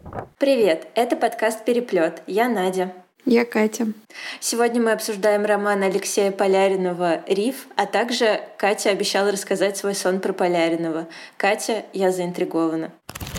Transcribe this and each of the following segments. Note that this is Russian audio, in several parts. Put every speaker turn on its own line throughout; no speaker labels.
Привет, это подкаст «Переплет». Я Надя.
Я Катя.
Сегодня мы обсуждаем роман Алексея Поляринова «Риф», а также Катя обещала рассказать свой сон про Поляринова. Катя, я заинтригована.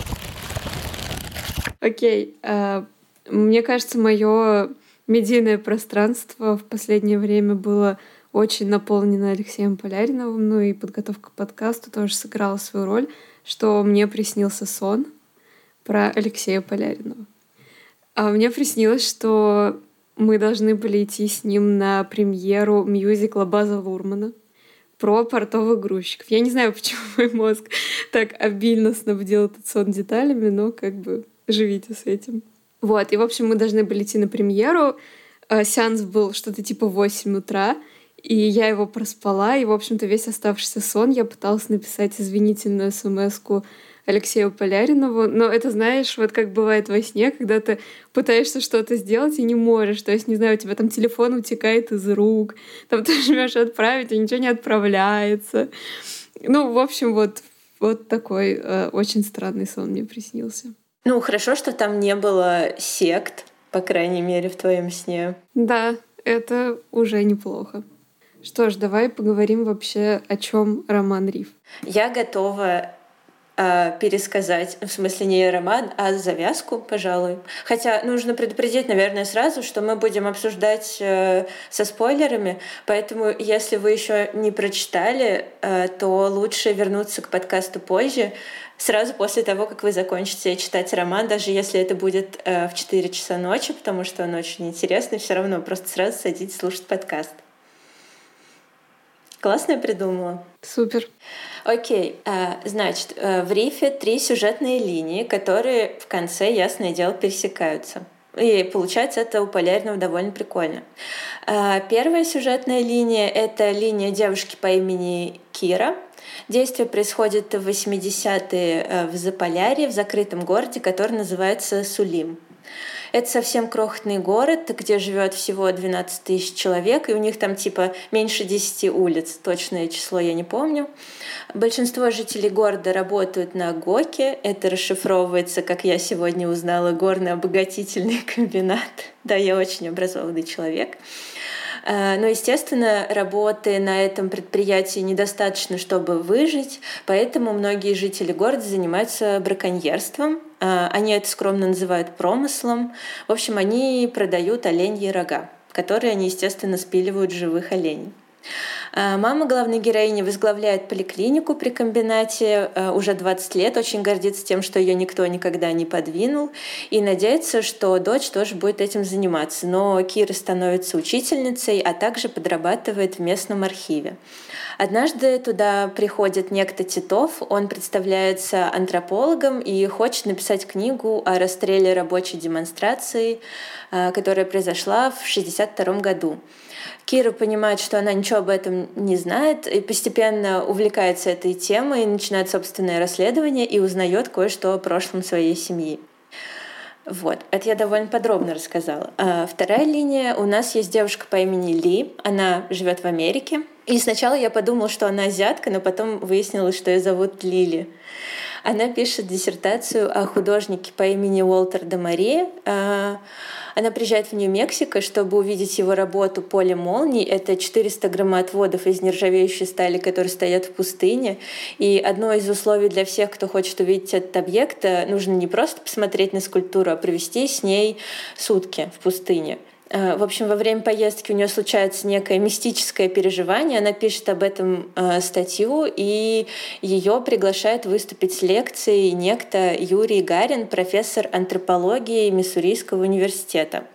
Окей. Мне кажется, мое медийное пространство в последнее время было очень наполнено Алексеем Поляриновым, ну и подготовка к подкасту тоже сыграла свою роль, что мне приснился сон про Алексея Поляринова. А мне приснилось, что мы должны были идти с ним на премьеру мюзикла База Лурмана про портовых грузчиков. Я не знаю, почему мой мозг так обильно снабдил этот сон деталями, но живите с этим. Вот, и, в общем, мы должны были идти на премьеру. Сеанс был что-то типа 8 утра, и я его проспала, и, в общем-то, весь оставшийся сон я пыталась написать извинительную смс-ку Алексею Поляринову, но это, знаешь, вот как бывает во сне, когда ты пытаешься что-то сделать и не можешь. То есть, не знаю, у тебя там телефон утекает из рук, там ты жмешь отправить, а ничего не отправляется. Ну, в общем, вот такой очень странный сон мне приснился.
Ну, хорошо, что там не было сект, по крайней мере, в твоем сне.
Да, это уже неплохо. Что ж, давай поговорим вообще, о чем роман «Риф».
Я готова пересказать, в смысле не роман, а завязку, пожалуй. Хотя нужно предупредить, наверное, сразу, что мы будем обсуждать со спойлерами, поэтому если вы еще не прочитали, то лучше вернуться к подкасту позже, сразу после того, как вы закончите читать роман, даже если это будет в 4 часа ночи, потому что он очень интересный, все равно просто сразу садитесь слушать подкаст. Классно я придумала?
Супер.
Окей, значит, в «Рифе» 3 сюжетные линии, которые в конце, ясное дело, пересекаются. И получается, это у Поляринова довольно прикольно. Первая сюжетная линия — это линия девушки по имени Кира. Действие происходит в 80-е в Заполярье, в закрытом городе, который называется Сулим. Это совсем крохотный город, где живет всего 12 тысяч человек, и у них там типа меньше 10 улиц, точное число я не помню. Большинство жителей города работают на ГОКе, это расшифровывается, как я сегодня узнала, горно-обогатительный комбинат. Да, я очень образованный человек. Но, естественно, работы на этом предприятии недостаточно, чтобы выжить, поэтому многие жители города занимаются браконьерством. Они это скромно называют промыслом. В общем, они продают оленьи рога, которые они, естественно, спиливают живых оленей. Мама главной героини возглавляет поликлинику при комбинате уже 20 лет, очень гордится тем, что ее никто никогда не подвинул, и надеется, что дочь тоже будет этим заниматься. Но Кира становится учительницей, а также подрабатывает в местном архиве. Однажды туда приходит некто Титов, он представляется антропологом и хочет написать книгу о расстреле рабочей демонстрации, которая произошла в 1962 году. Кира понимает, что она ничего об этом не знает, и постепенно увлекается этой темой, начинает собственное расследование и узнает кое-что о прошлом своей семьи. Вот, это я довольно подробно рассказала. Вторая линия. У нас есть девушка по имени Ли, она живет в Америке. И сначала я подумала, что она азиатка, но потом выяснилось, что ее зовут Лили. Она пишет диссертацию о художнике по имени Уолтер де Мари. Она приезжает в Нью-Мексико, чтобы увидеть его работу «Поле молний». Это 400 громоотводов из нержавеющей стали, которые стоят в пустыне. И одно из условий для всех, кто хочет увидеть этот объект, нужно не просто посмотреть на скульптуру, а провести с ней сутки в пустыне. В общем, во время поездки у нее случается некое мистическое переживание. Она пишет об этом статью, и ее приглашает выступить с лекцией некто Юрий Гарин, профессор антропологии Миссурийского университета.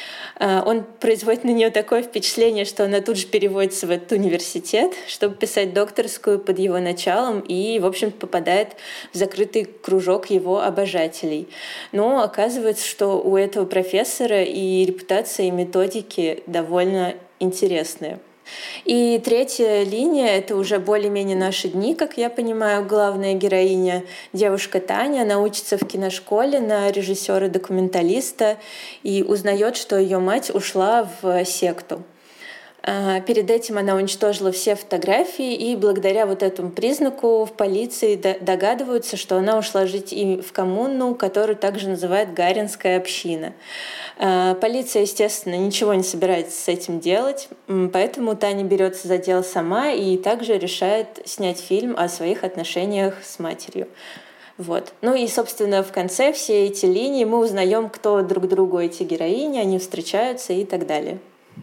Он производит на нее такое впечатление, что она тут же переводится в этот университет, чтобы писать докторскую под его началом и, в общем, попадает в закрытый кружок его обожателей. Но оказывается, что у этого профессора и репутация, и методики довольно интересные. И третья линия — это уже более-менее наши дни, как я понимаю. Главная героиня — девушка Таня. Она учится в киношколе на режиссера-документалиста и узнает, что ее мать ушла в секту. Перед этим она уничтожила все фотографии, и благодаря вот этому признаку в полиции догадываются, что она ушла жить и в коммуну, которую также называют Гаринская община. Полиция, естественно, ничего не собирается с этим делать, поэтому Таня берется за дело сама и также решает снять фильм о своих отношениях с матерью. Вот. Ну и, собственно, в конце все эти линии мы узнаем, кто друг другу эти героини, они встречаются и так далее.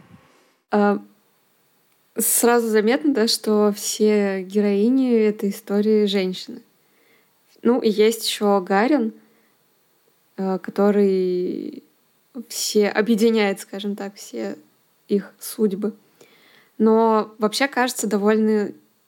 Сразу заметно, да, что все героини этой истории женщины. Ну и есть еще Гарин, который все объединяет, скажем так, все их судьбы. Но вообще кажется довольно...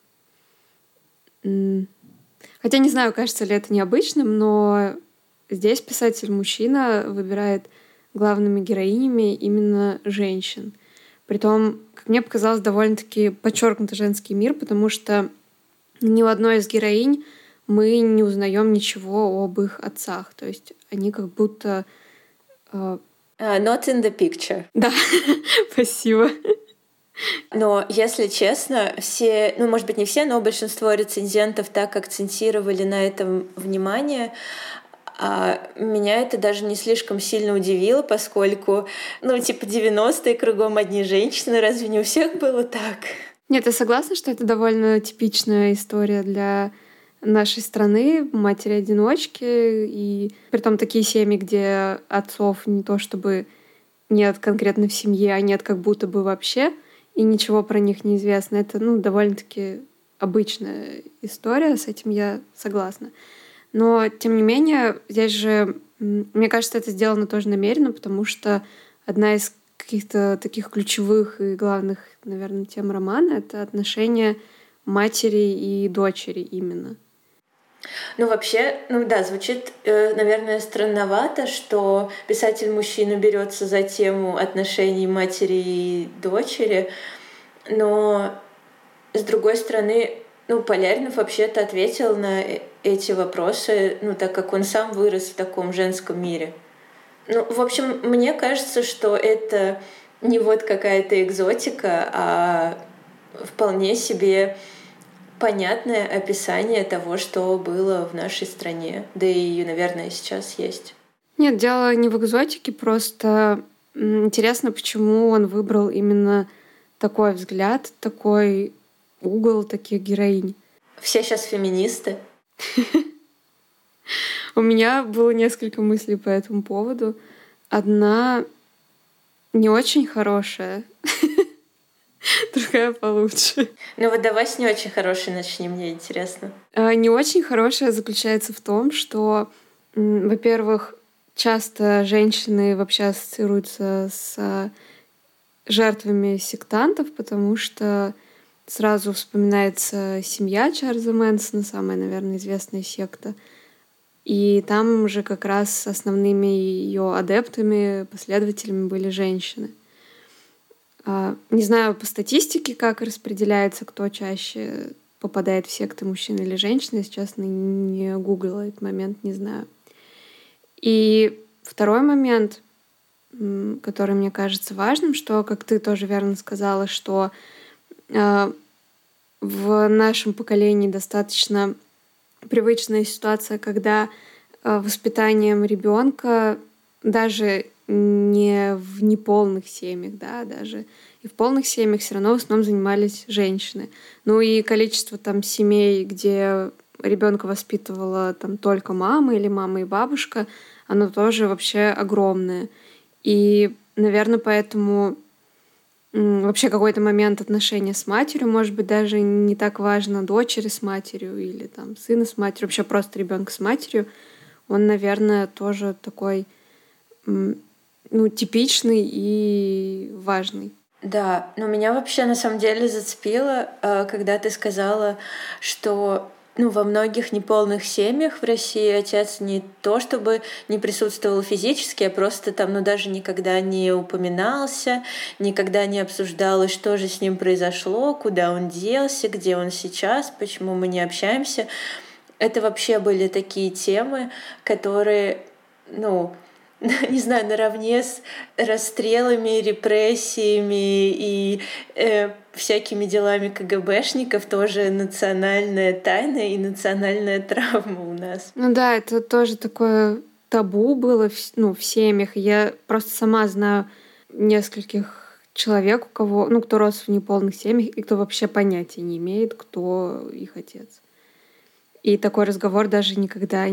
Хотя не знаю, кажется ли это необычным, но здесь писатель-мужчина выбирает главными героинями именно женщин. Притом, как мне показалось, довольно-таки подчеркнутый женский мир, потому что ни у одной из героинь мы не узнаем ничего об их отцах. То есть они как будто...
Not in the picture.
Да, спасибо.
Но, если честно, все, ну, может быть, не все, но большинство рецензентов так акцентировали на этом внимание, а меня это даже не слишком сильно удивило, поскольку, ну, типа 90-е кругом одни женщины, разве не у всех было так?
Нет, я согласна, что это довольно типичная история для нашей страны, матери-одиночки, и притом такие семьи, где отцов не то чтобы нет конкретно в семье, а нет как будто бы вообще, и ничего про них не известно. Это, ну, довольно-таки обычная история, с этим я согласна. Но, тем не менее, здесь же, мне кажется, это сделано тоже намеренно, потому что одна из каких-то таких ключевых и главных, наверное, тем романа — это отношения матери и дочери именно.
Ну, вообще, ну да, звучит, наверное, странновато, что писатель-мужчина берется за тему отношений матери и дочери, но, с другой стороны, ну, Поляринов вообще-то ответил на эти вопросы, ну, так как он сам вырос в таком женском мире. Ну, в общем, мне кажется, что это не вот какая-то экзотика, а вполне себе понятное описание того, что было в нашей стране. Да и, наверное, сейчас есть.
Нет, дело не в экзотике, просто интересно, почему он выбрал именно такой взгляд, такой угол таких героинь.
Все сейчас феминисты.
У меня было несколько мыслей по этому поводу. Одна не очень хорошая, другая получше.
Ну вот давай с не очень хорошей начнем, мне интересно.
Не очень хорошая заключается в том, что, во-первых, часто женщины вообще ассоциируются с жертвами сектантов, потому что сразу вспоминается семья Чарльза Мэнсона, самая, наверное, известная секта. И там же как раз основными ее адептами, последователями были женщины. Не знаю по статистике, как распределяется, кто чаще попадает в секты, мужчины или женщины. Если честно, не гуглила этот момент, не знаю. И второй момент, который мне кажется важным, что, как ты тоже верно сказала, что в нашем поколении достаточно привычная ситуация, когда воспитанием ребенка даже не в неполных семьях, да, даже и в полных семьях все равно в основном занимались женщины. Ну и количество там семей, где ребенка воспитывала там только мама или мама и бабушка, оно тоже вообще огромное. И, наверное, поэтому вообще какой-то момент отношения с матерью, может быть, даже не так важно дочери с матерью или там сына с матерью, вообще просто ребенка с матерью, он, наверное, тоже такой, ну, типичный и важный.
Да, но меня вообще на самом деле зацепило, когда ты сказала, что ну, во многих неполных семьях в России отец не то чтобы не присутствовал физически, а просто там, ну, даже никогда не упоминался, никогда не обсуждалось, что же с ним произошло, куда он делся, где он сейчас, почему мы не общаемся. Это вообще были такие темы, которые, ну, не знаю, наравне с расстрелами, репрессиями и всякими делами КГБшников тоже национальная тайна и национальная травма у нас.
Ну да, это тоже такое табу было в семьях. Я просто сама знаю нескольких человек, кто рос в неполных семьях и кто вообще понятия не имеет, кто их отец. И такой разговор даже никогда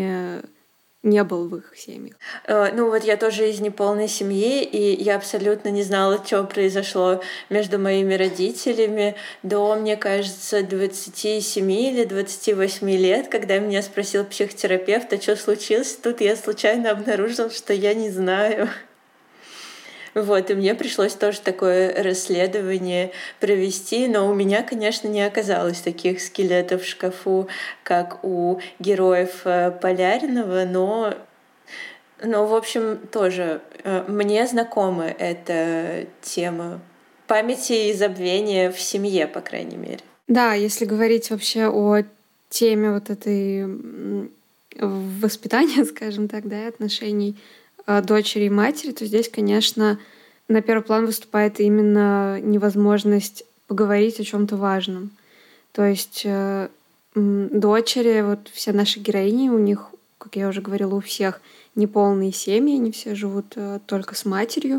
не был в их семьях.
Ну вот я тоже из неполной семьи, и я абсолютно не знала, что произошло между моими родителями до, мне кажется, 27 или 28 лет, когда меня спросил психотерапевт, а что случилось. Тут я случайно обнаружила, что я не знаю. Вот, и мне пришлось тоже такое расследование провести, но у меня, конечно, не оказалось таких скелетов в шкафу, как у героев Полярного, но, в общем, тоже мне знакома эта тема памяти и забвения в семье, по крайней мере.
Да, если говорить вообще о теме вот этой воспитания, скажем так, да, и отношений дочери и матери, то здесь, конечно, на первый план выступает именно невозможность поговорить о чем-то важном. То есть дочери, вот все наши героини, у них, как я уже говорила, у всех неполные семьи, они все живут только с матерью,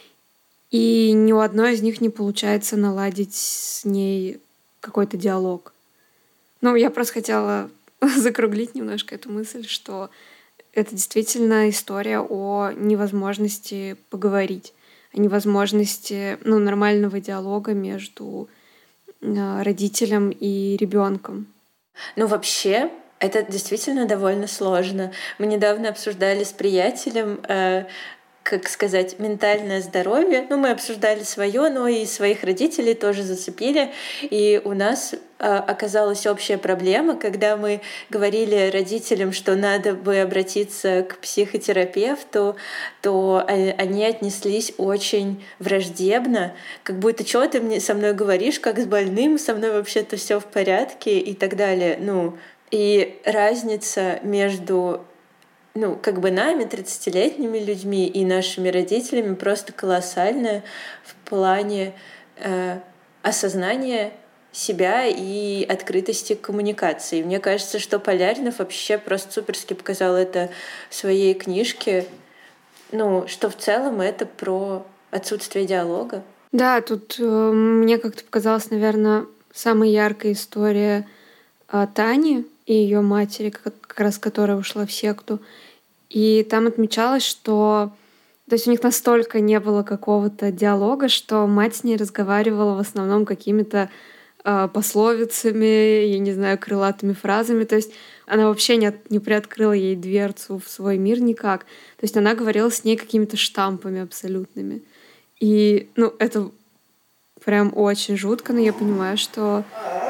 и ни у одной из них не получается наладить с ней какой-то диалог. Ну, я просто хотела закруглить немножко эту мысль, что это действительно история о невозможности поговорить, о невозможности нормального диалога между родителем и ребенком.
Ну, вообще, это действительно довольно сложно. Мы недавно обсуждали с приятелем, как сказать, ментальное здоровье. Ну, мы обсуждали свое, но и своих родителей тоже зацепили. И у нас оказалась общая проблема, когда мы говорили родителям, что надо бы обратиться к психотерапевту, то они отнеслись очень враждебно, как будто что ты мне со мной говоришь, как с больным, со мной вообще-то все в порядке и так далее. Ну, и разница между как бы нами, 30-летними людьми и нашими родителями просто колоссальная в плане осознания себя и открытости к коммуникации. Мне кажется, что Поляринов вообще просто суперски показал это в своей книжке, что в целом это про отсутствие диалога.
Да, тут мне как-то показалась, наверное, самая яркая история Тани и ее матери, как раз которая ушла в секту. И там отмечалось, что то есть у них настолько не было какого-то диалога, что мать с ней разговаривала в основном какими-то пословицами, я не знаю, крылатыми фразами. То есть она вообще не приоткрыла ей дверцу в свой мир никак. То есть она говорила с ней какими-то штампами абсолютными. И, это прям очень жутко, но я понимаю, что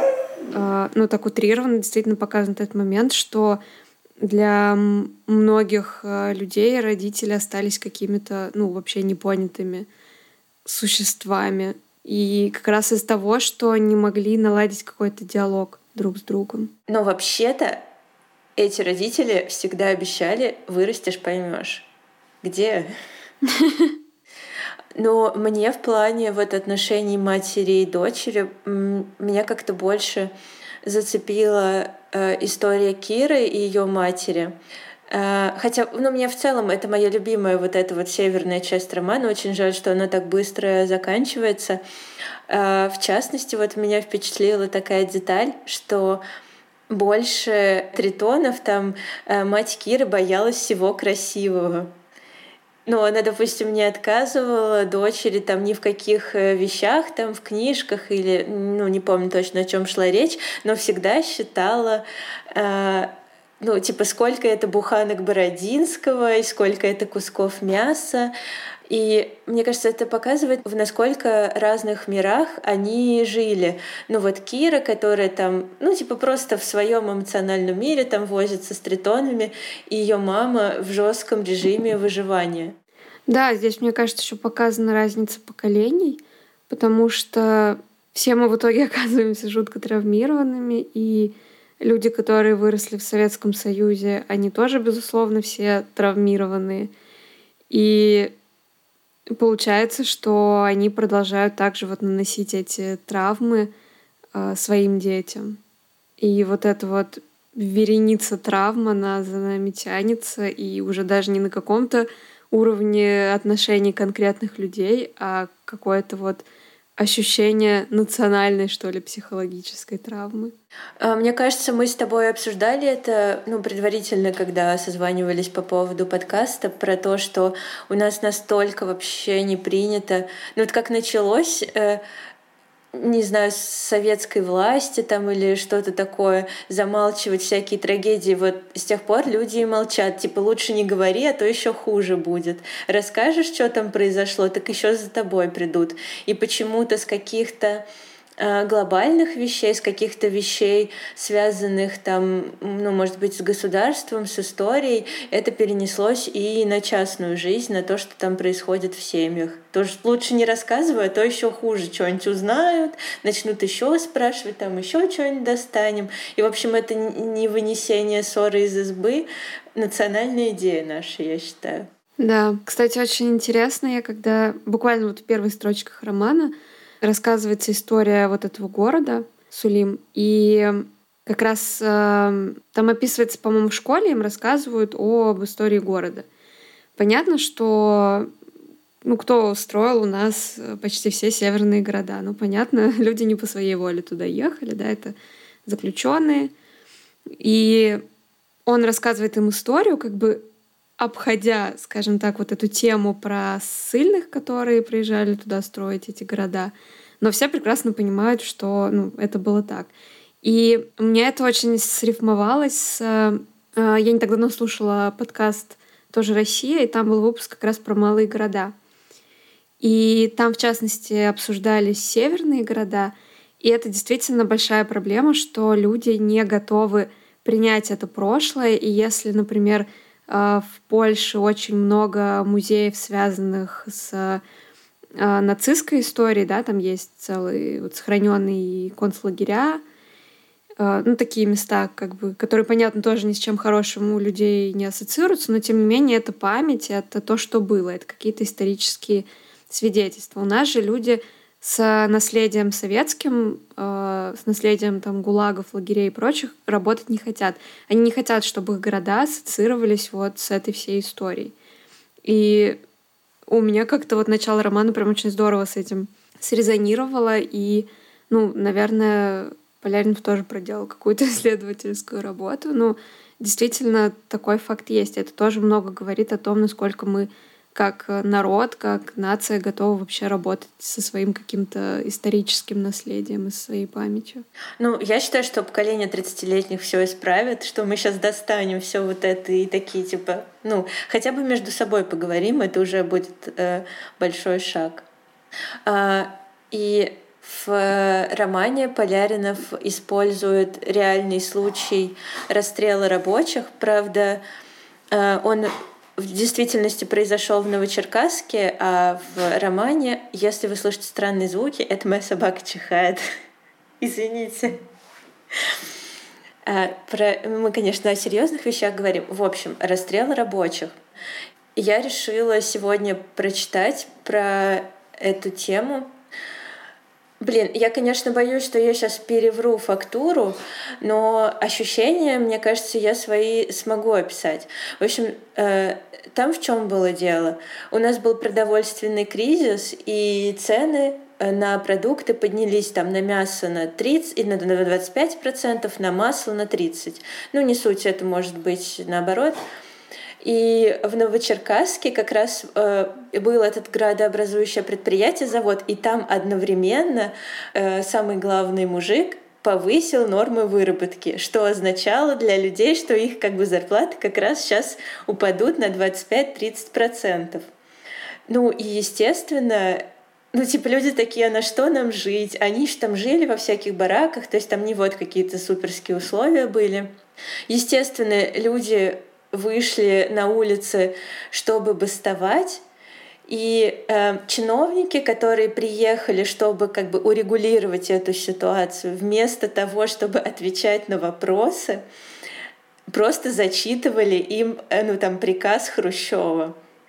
так утрированно действительно показан этот момент, что для многих людей родители остались какими-то, вообще непонятыми существами. И как раз из того, что не могли наладить какой-то диалог друг с другом.
Но вообще-то эти родители всегда обещали: вырастешь, поймешь. Где? Но мне в плане вот отношений матери и дочери меня как-то больше зацепила история Киры и ее матери. Хотя, мне в целом это моя любимая вот эта вот северная часть романа. Очень жаль, что она так быстро заканчивается. В частности, вот меня впечатлила такая деталь, что больше Тритонов там мать Киры боялась всего красивого. Она, допустим, не отказывала дочери там ни в каких вещах, там в книжках или, не помню точно, о чем шла речь, но всегда считала, сколько это буханок Бородинского и сколько это кусков мяса. И мне кажется, это показывает, в насколько разных мирах они жили. Вот Кира, которая там, просто в своем эмоциональном мире там возится с тритонами, и ее мама в жестком режиме выживания.
Да, здесь, мне кажется, еще показана разница поколений, потому что все мы в итоге оказываемся жутко травмированными, и люди, которые выросли в Советском Союзе, они тоже, безусловно, все травмированные. И получается, что они продолжают также вот наносить эти травмы своим детям. И вот эта вот вереница травм, она за нами тянется, и уже даже не на каком-то уровне отношений конкретных людей, а какое-то вот ощущение национальной, что ли, психологической травмы.
Мне кажется, мы с тобой обсуждали это, предварительно, когда созванивались по поводу подкаста, про то, что у нас настолько вообще не принято. Вот как началось, не знаю, с советской власти там или что-то такое, замалчивать всякие трагедии. Вот с тех пор люди и молчат. Типа, лучше не говори, а то еще хуже будет. Расскажешь, что там произошло, так еще за тобой придут. И почему-то с каких-то глобальных вещей, с каких-то вещей, связанных там, может быть, с государством, с историей, это перенеслось и на частную жизнь, на то, что там происходит в семьях. Тоже лучше не рассказывай, а то еще хуже. Что-нибудь узнают, начнут еще спрашивать, там еще что-нибудь достанем. И, в общем, это не вынесение ссоры из избы, национальная идея наша, я считаю.
Да, кстати, очень интересно, я когда буквально вот в первых строчках романа рассказывается история вот этого города Сулим, и как раз там описывается, по-моему, в школе им рассказывают об истории города. Понятно, что кто строил у нас почти все северные города? Понятно, люди не по своей воле туда ехали, да, это заключенные. И он рассказывает им историю, как бы обходя, скажем так, вот эту тему про ссыльных, которые приезжали туда строить эти города. Но все прекрасно понимают, что это было так. И мне это очень срифмовалось с... Я не так давно слушала подкаст тоже «Россия», и там был выпуск как раз про малые города. И там, в частности, обсуждались северные города. И это действительно большая проблема, что люди не готовы принять это прошлое. И если, например, в Польше очень много музеев, связанных с нацистской историей, да, там есть целые вот сохраненные концлагеря, такие места, как бы, которые, понятно, тоже ни с чем хорошим у людей не ассоциируются, но тем не менее это память, это то, что было, это какие-то исторические свидетельства. У нас же люди с наследием советским, с наследием там гулагов, лагерей и прочих работать не хотят. Они не хотят, чтобы их города ассоциировались вот с этой всей историей. И у меня как-то вот начало романа прям очень здорово с этим срезонировало. И, наверное, Поляринов тоже проделал какую-то исследовательскую работу. Действительно, такой факт есть. Это тоже много говорит о том, насколько мы как народ, как нация готова вообще работать со своим каким-то историческим наследием и со своей памятью.
Я считаю, что поколение 30-летних все исправит, что мы сейчас достанем все вот это и такие типа, хотя бы между собой поговорим, это уже будет большой шаг. И в романе Поляринов использует реальный случай расстрела рабочих. Правда, он в действительности произошел в Новочеркасске, а в романе, если вы слышите странные звуки, это моя собака чихает. Извините. Мы, конечно, о серьезных вещах говорим. В общем, расстрел рабочих. Я решила сегодня прочитать про эту тему. Я, конечно, боюсь, что я сейчас перевру фактуру, но ощущения, мне кажется, я свои смогу описать. В общем, там в чем было дело? У нас был продовольственный кризис, и цены на продукты поднялись там на мясо на 30 и на 25%, на масло на 30%. Не суть, это может быть наоборот. И в Новочеркасске как раз был этот градообразующее предприятие, завод, и там одновременно самый главный мужик повысил нормы выработки, что означало для людей, что их зарплаты как раз сейчас упадут на 25-30%. И естественно, люди такие, а на что нам жить? Они же там жили во всяких бараках, то есть там не вот какие-то суперские условия были. Естественно, люди вышли на улицы, чтобы бастовать. И чиновники, которые приехали, чтобы урегулировать эту ситуацию, вместо того, чтобы отвечать на вопросы, просто зачитывали им приказ Хрущева.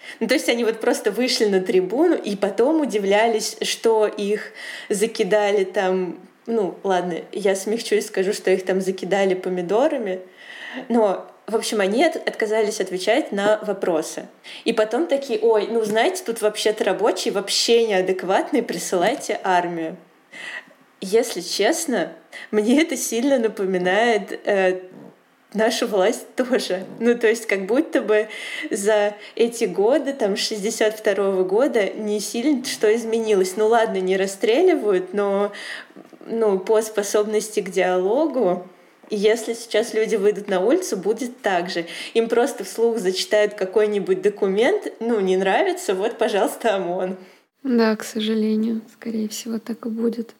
Ну, то есть они вот просто вышли на трибуну и потом удивлялись, что их закидали там, ну, ладно, я смягчусь, скажу, что их там закидали помидорами, но, в общем, они отказались отвечать на вопросы. И потом такие: ой, ну, знаете, тут вообще-то рабочие вообще неадекватные, присылайте армию. Если честно, мне это сильно напоминает нашу власть тоже. Ну, то есть как будто бы за эти годы, там, 62-го года не сильно что изменилось. Ну ладно, не расстреливают, но ну, по способности к диалогу, и если сейчас люди выйдут на улицу, будет так же. Им просто вслух зачитают какой-нибудь документ, ну, не нравится, вот, пожалуйста, ОМОН.
Да, к сожалению, скорее всего, так и будет.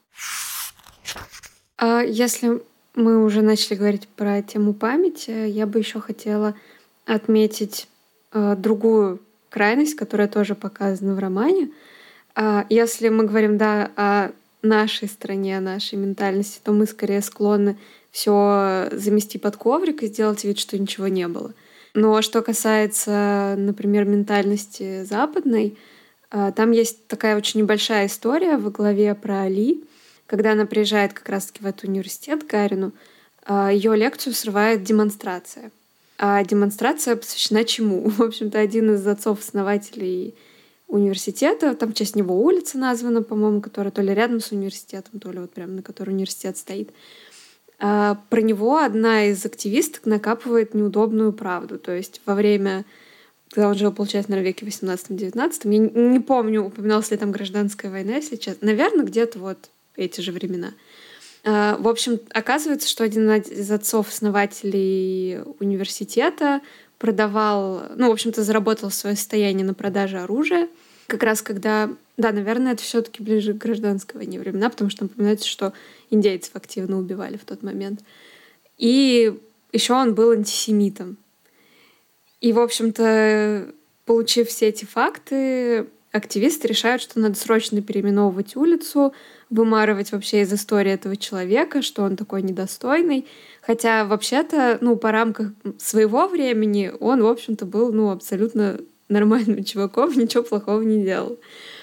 А если мы уже начали говорить про тему памяти, я бы еще хотела отметить другую крайность, которая тоже показана в романе. Если мы говорим, да, о нашей стране, о нашей ментальности, то мы скорее склонны все замести под коврик и сделать вид, что ничего не было. Но что касается, например, ментальности западной, там есть такая очень небольшая история в главе про Али, когда она приезжает как раз-таки в этот университет, Гарину, ее лекцию срывает демонстрация. А демонстрация посвящена чему? В общем-то, один из отцов-основателей университета, там в честь него улица названа, по-моему, которая то ли рядом с университетом, то ли вот прямо на которой университет стоит. Про него одна из активисток накапывает неудобную правду. То есть во время, когда он жил, получается, на веке 18-19, я не помню, упоминалась ли там гражданская война, если честно. Наверное, где-то вот эти же времена. В общем, оказывается, что один из отцов-основателей университета продавал, ну, в общем-то, заработал свое состояние на продаже оружия. Как раз когда, да, наверное, это все-таки ближе к гражданской войне времена, потому что напоминается, что индейцев активно убивали в тот момент. И еще он был антисемитом. И, в общем-то, получив все эти факты, активисты решают, что надо срочно переименовывать улицу, вымарывать вообще из истории этого человека, что он такой недостойный. Хотя вообще-то, ну, по рамкам своего времени он, в общем-то, был, ну, абсолютно нормальным чуваком, ничего плохого не делал.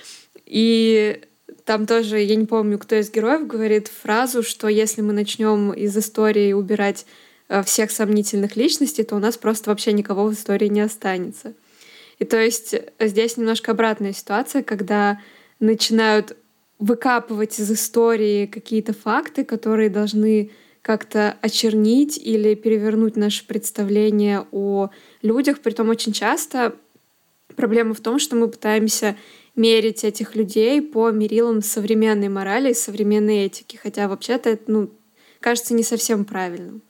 И там тоже, я не помню, кто из героев говорит фразу, что если мы начнем из истории убирать всех сомнительных личностей, то у нас просто вообще никого в истории не останется. И то есть здесь немножко обратная ситуация, когда начинают выкапывать из истории какие-то факты, которые должны как-то очернить или перевернуть наше представление о людях. Притом очень часто проблема в том, что мы пытаемся мерить этих людей по мерилам современной морали и современной этики, хотя вообще-то это, ну, кажется не совсем правильным.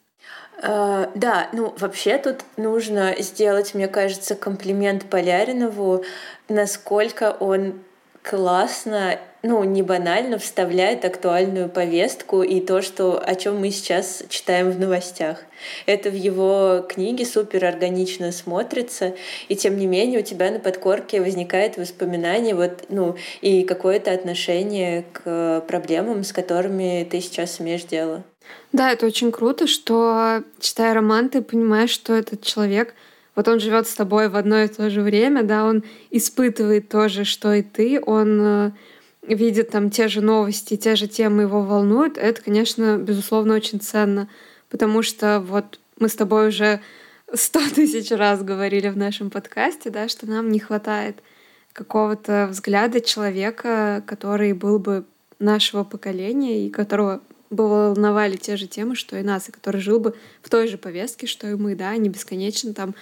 Да, ну вообще тут нужно сделать, мне кажется, комплимент Поляринову, насколько он классно, ну, не банально вставляет актуальную повестку и то, что, о чем мы сейчас читаем в новостях. Это в его книге супер органично смотрится, и тем не менее у тебя на подкорке возникает воспоминание вот, ну, и какое-то отношение к проблемам, с которыми ты сейчас имеешь дело.
Да, это очень круто, что, читая роман, ты понимаешь, что этот человек, вот он живет с тобой в одно и то же время, да, он испытывает то же, что и ты, он видит там те же новости, те же темы его волнуют. Это, конечно, безусловно, очень ценно, потому что вот мы с тобой уже 100 000 раз говорили в нашем подкасте, да, что нам не хватает какого-то взгляда человека, который был бы нашего поколения и которого бы волновали те же темы, что и нас, и который жил бы в той же повестке, что и мы, да, не бесконечно там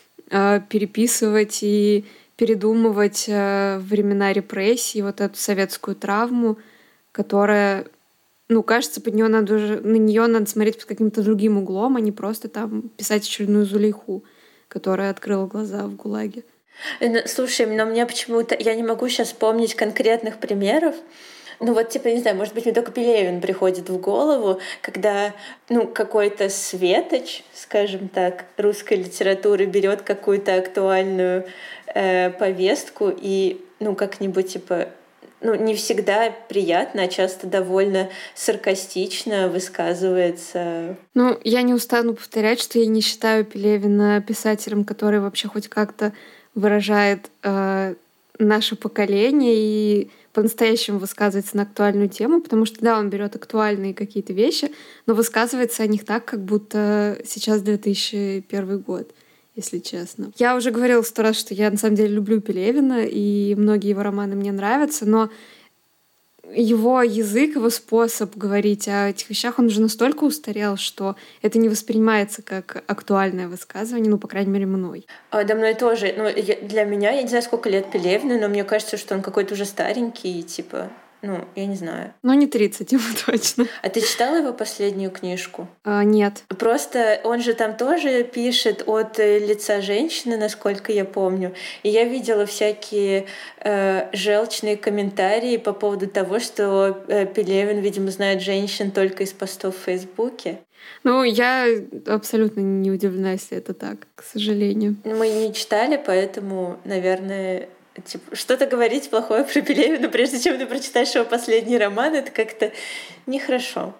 переписывать и передумывать времена репрессий, вот эту советскую травму, которая, ну, кажется, на нее надо смотреть под каким-то другим углом, а не просто там писать очередную Зулейху, которая открыла глаза в ГУЛАГе.
Слушай, но мне почему-то... Я не могу сейчас вспомнить конкретных примеров. Ну вот, типа, не знаю, может быть, мне только Пелевин приходит в голову, когда, ну, какой-то светоч, скажем так, русской литературы берет какую-то актуальную повестку и, ну, как-нибудь, типа, не всегда приятно, а часто довольно саркастично высказывается.
Я не устану повторять, что я не считаю Пелевина писателем, который вообще хоть как-то выражает наше поколение и по-настоящему высказывается на актуальную тему, потому что, да, он берет актуальные какие-то вещи, но высказывается о них так, как будто сейчас 2001 год, если честно. Я уже говорила 100 раз, что я на самом деле люблю Пелевина, и многие его романы мне нравятся, но его язык, его способ говорить о этих вещах, он уже настолько устарел, что это не воспринимается как актуальное высказывание, по крайней мере, мной.
Да, мной тоже. Для меня, я не знаю, сколько лет Пелевину, но мне кажется, что он какой-то уже старенький, я не знаю.
Не 30 ему точно.
А ты читала его последнюю книжку?
Нет.
Просто он же там тоже пишет от лица женщины, насколько я помню. И я видела всякие желчные комментарии по поводу того, что Пелевин, видимо, знает женщин только из постов в Фейсбуке.
Я абсолютно не удивлена, если это так, к сожалению.
Мы не читали, поэтому, наверное, что-то говорить плохое про Пелевина, прежде чем ты прочитаешь его последний роман, это как-то нехорошо.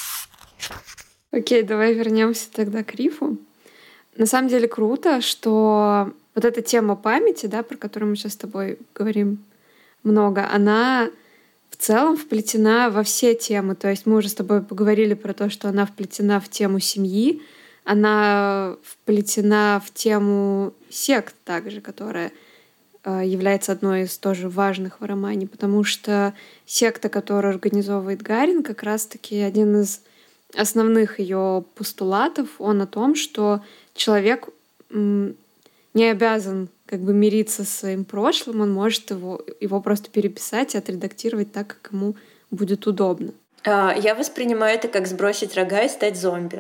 Окей, давай вернемся тогда к Рифу. На самом деле круто, что вот эта тема памяти, да, про которую мы сейчас с тобой говорим много, она в целом вплетена во все темы. То есть мы уже с тобой поговорили про то, что она вплетена в тему семьи, она вплетена в тему сект также, которая является одной из тоже важных в романе, потому что секта, которую организовывает Гарин, как раз-таки один из основных ее постулатов, он о том, что человек не обязан мириться со своим прошлым, он может его просто переписать и отредактировать так, как ему будет удобно.
Я воспринимаю это как сбросить рога и стать зомби.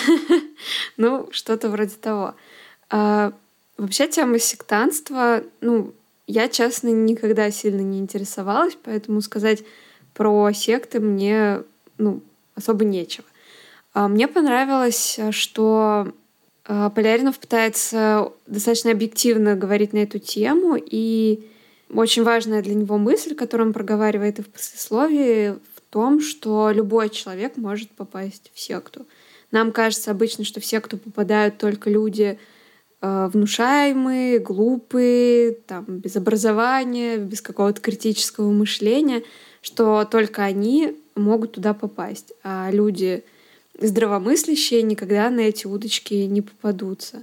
Что-то вроде того. Вообще тема сектантства, я, честно, никогда сильно не интересовалась, поэтому сказать про секты мне, особо нечего. Мне понравилось, что Поляринов пытается достаточно объективно говорить на эту тему, и очень важная для него мысль, которую он проговаривает и в послесловии, в том, что любой человек может попасть в секту. Нам кажется обычно, что в секту попадают только люди внушаемые, глупые, без образования, без какого-то критического мышления, что только они могут туда попасть, а люди здравомыслящие никогда на эти удочки не попадутся.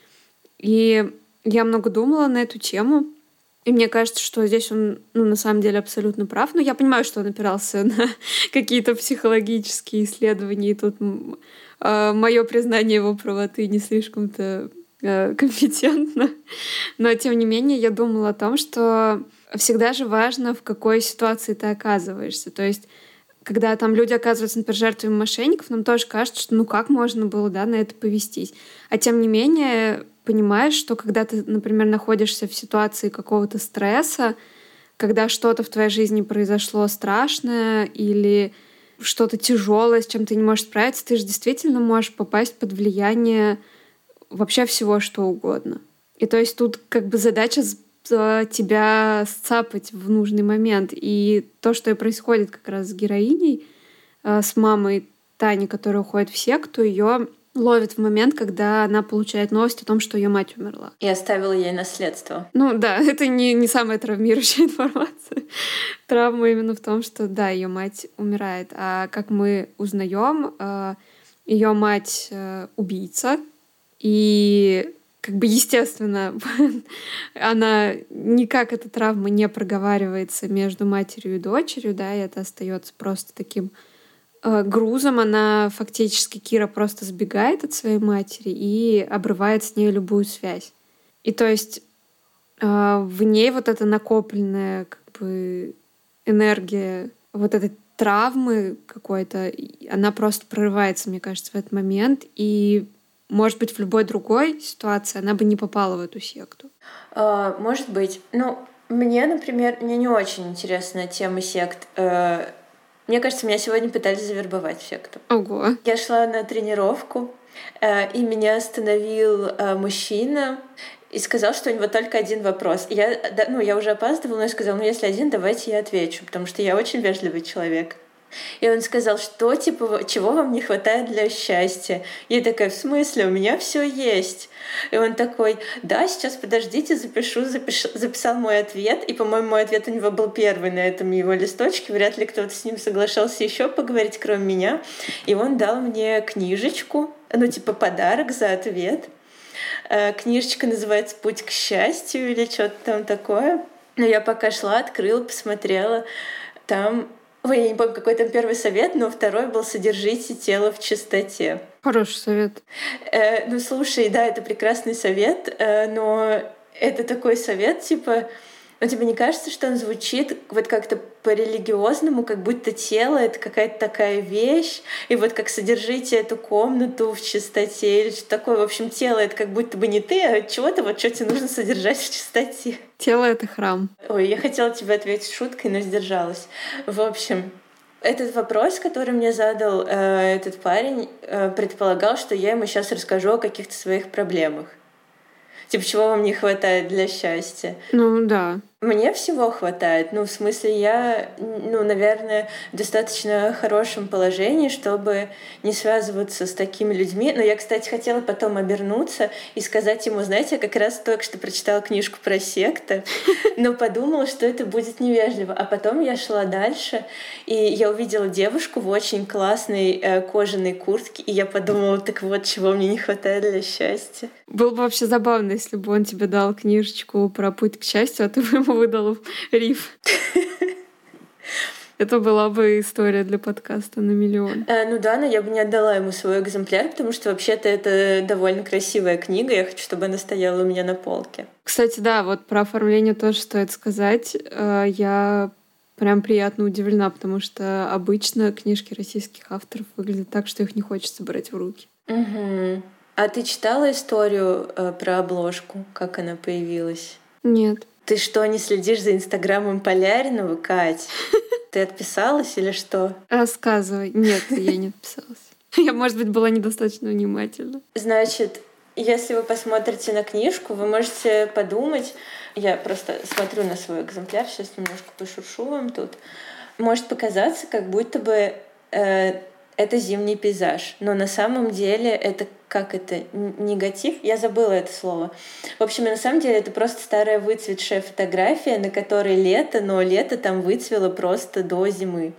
И я много думала на эту тему, и мне кажется, что здесь он, на самом деле абсолютно прав. Но я понимаю, что он опирался на какие-то психологические исследования, и тут мое признание его правоты не слишком-то компетентно. Но, тем не менее, я думала о том, что всегда же важно, в какой ситуации ты оказываешься. То есть, когда люди оказываются, например, жертвами мошенников, нам тоже кажется, что как можно было, на это повестись. А тем не менее, понимаешь, что когда ты, например, находишься в ситуации какого-то стресса, когда что-то в твоей жизни произошло страшное или что-то тяжелое, с чем ты не можешь справиться, ты же действительно можешь попасть под влияние вообще всего, что угодно. И то есть тут задача тебя сцапать в нужный момент. И то, что и происходит как раз с героиней, с мамой Тани, которая уходит в секту, ее ловит в момент, когда она получает новость о том, что ее мать умерла.
И оставила ей наследство.
Да, это не самая травмирующая информация. Травма именно в том, что да, ее мать умирает. А как мы узнаем, ее мать убийца. И естественно, она никак эта травма не проговаривается между матерью и дочерью, да, и это остается просто таким грузом. Она фактически, Кира просто сбегает от своей матери и обрывает с ней любую связь. И то есть в ней вот эта накопленная энергия вот этой травмы какой-то, она просто прорывается, мне кажется, в этот момент, и может быть, в любой другой ситуации она бы не попала в эту секту.
Может быть. Мне, например, не очень интересна тема сект. Мне кажется, меня сегодня пытались завербовать в секту.
Ого.
Я шла на тренировку, и меня остановил мужчина и сказал, что у него только один вопрос. Я уже опаздывала, но я сказала, если один, давайте я отвечу, потому что я очень вежливый человек. И он сказал, что, типа, чего вам не хватает для счастья? Я такая, в смысле, у меня все есть. И он такой, да, сейчас подождите, записал мой ответ. И, по-моему, мой ответ у него был первый на этом его листочке. Вряд ли кто-то с ним соглашался еще поговорить, кроме меня. И он дал мне книжечку, типа подарок за ответ. Книжечка называется «Путь к счастью» или что-то там такое. Но я пока шла, открыла, посмотрела. Там я не помню, какой там первый совет, но второй был «Содержите тело в чистоте».
Хороший совет.
Слушай, да, это прекрасный совет, но это такой совет, типа, тебе не кажется, что он звучит вот как-то по-религиозному, как будто тело — это какая-то такая вещь, и вот как содержите эту комнату в чистоте или что-то такое. В общем, тело — это как будто бы не ты, а чего-то, что тебе нужно содержать в чистоте.
Тело — это храм.
Ой, я хотела тебе ответить шуткой, но сдержалась. В общем, этот вопрос, который мне задал этот парень, предполагал, что я ему сейчас расскажу о каких-то своих проблемах. Типа, чего вам не хватает для счастья?
Да.
Мне всего хватает. В смысле, я, наверное, в достаточно хорошем положении, чтобы не связываться с такими людьми. Но я, кстати, хотела потом обернуться и сказать ему, знаете, я как раз только что прочитала книжку про секты, но подумала, что это будет невежливо. А потом я шла дальше, и я увидела девушку в очень классной кожаной куртке, и я подумала, так вот, чего мне не хватает для счастья.
Было бы вообще забавно, если бы он тебе дал книжечку про путь к счастью, а ты бы ему выдала риф. Это была бы история для подкаста на миллион.
Но я бы не отдала ему свой экземпляр, потому что вообще-то это довольно красивая книга. Я хочу, чтобы она стояла у меня на полке.
Кстати, да, вот про оформление тоже стоит сказать. Я прям приятно удивлена, потому что обычно книжки российских авторов выглядят так, что их не хочется брать в руки.
Угу. А ты читала историю про обложку, как она появилась?
Нет.
Ты что, не следишь за инстаграмом Поляринова, Кать? Ты отписалась или что?
Рассказывай. Нет, я не отписалась. Я, может быть, была недостаточно внимательна.
Значит, если вы посмотрите на книжку, вы можете подумать... Я просто смотрю на свой экземпляр, сейчас немножко пошуршу вам тут. Может показаться, как будто бы это зимний пейзаж, но на самом деле это негатив? Я забыла это слово. В общем, на самом деле это просто старая выцветшая фотография, на которой лето, но лето там выцвело просто до зимы.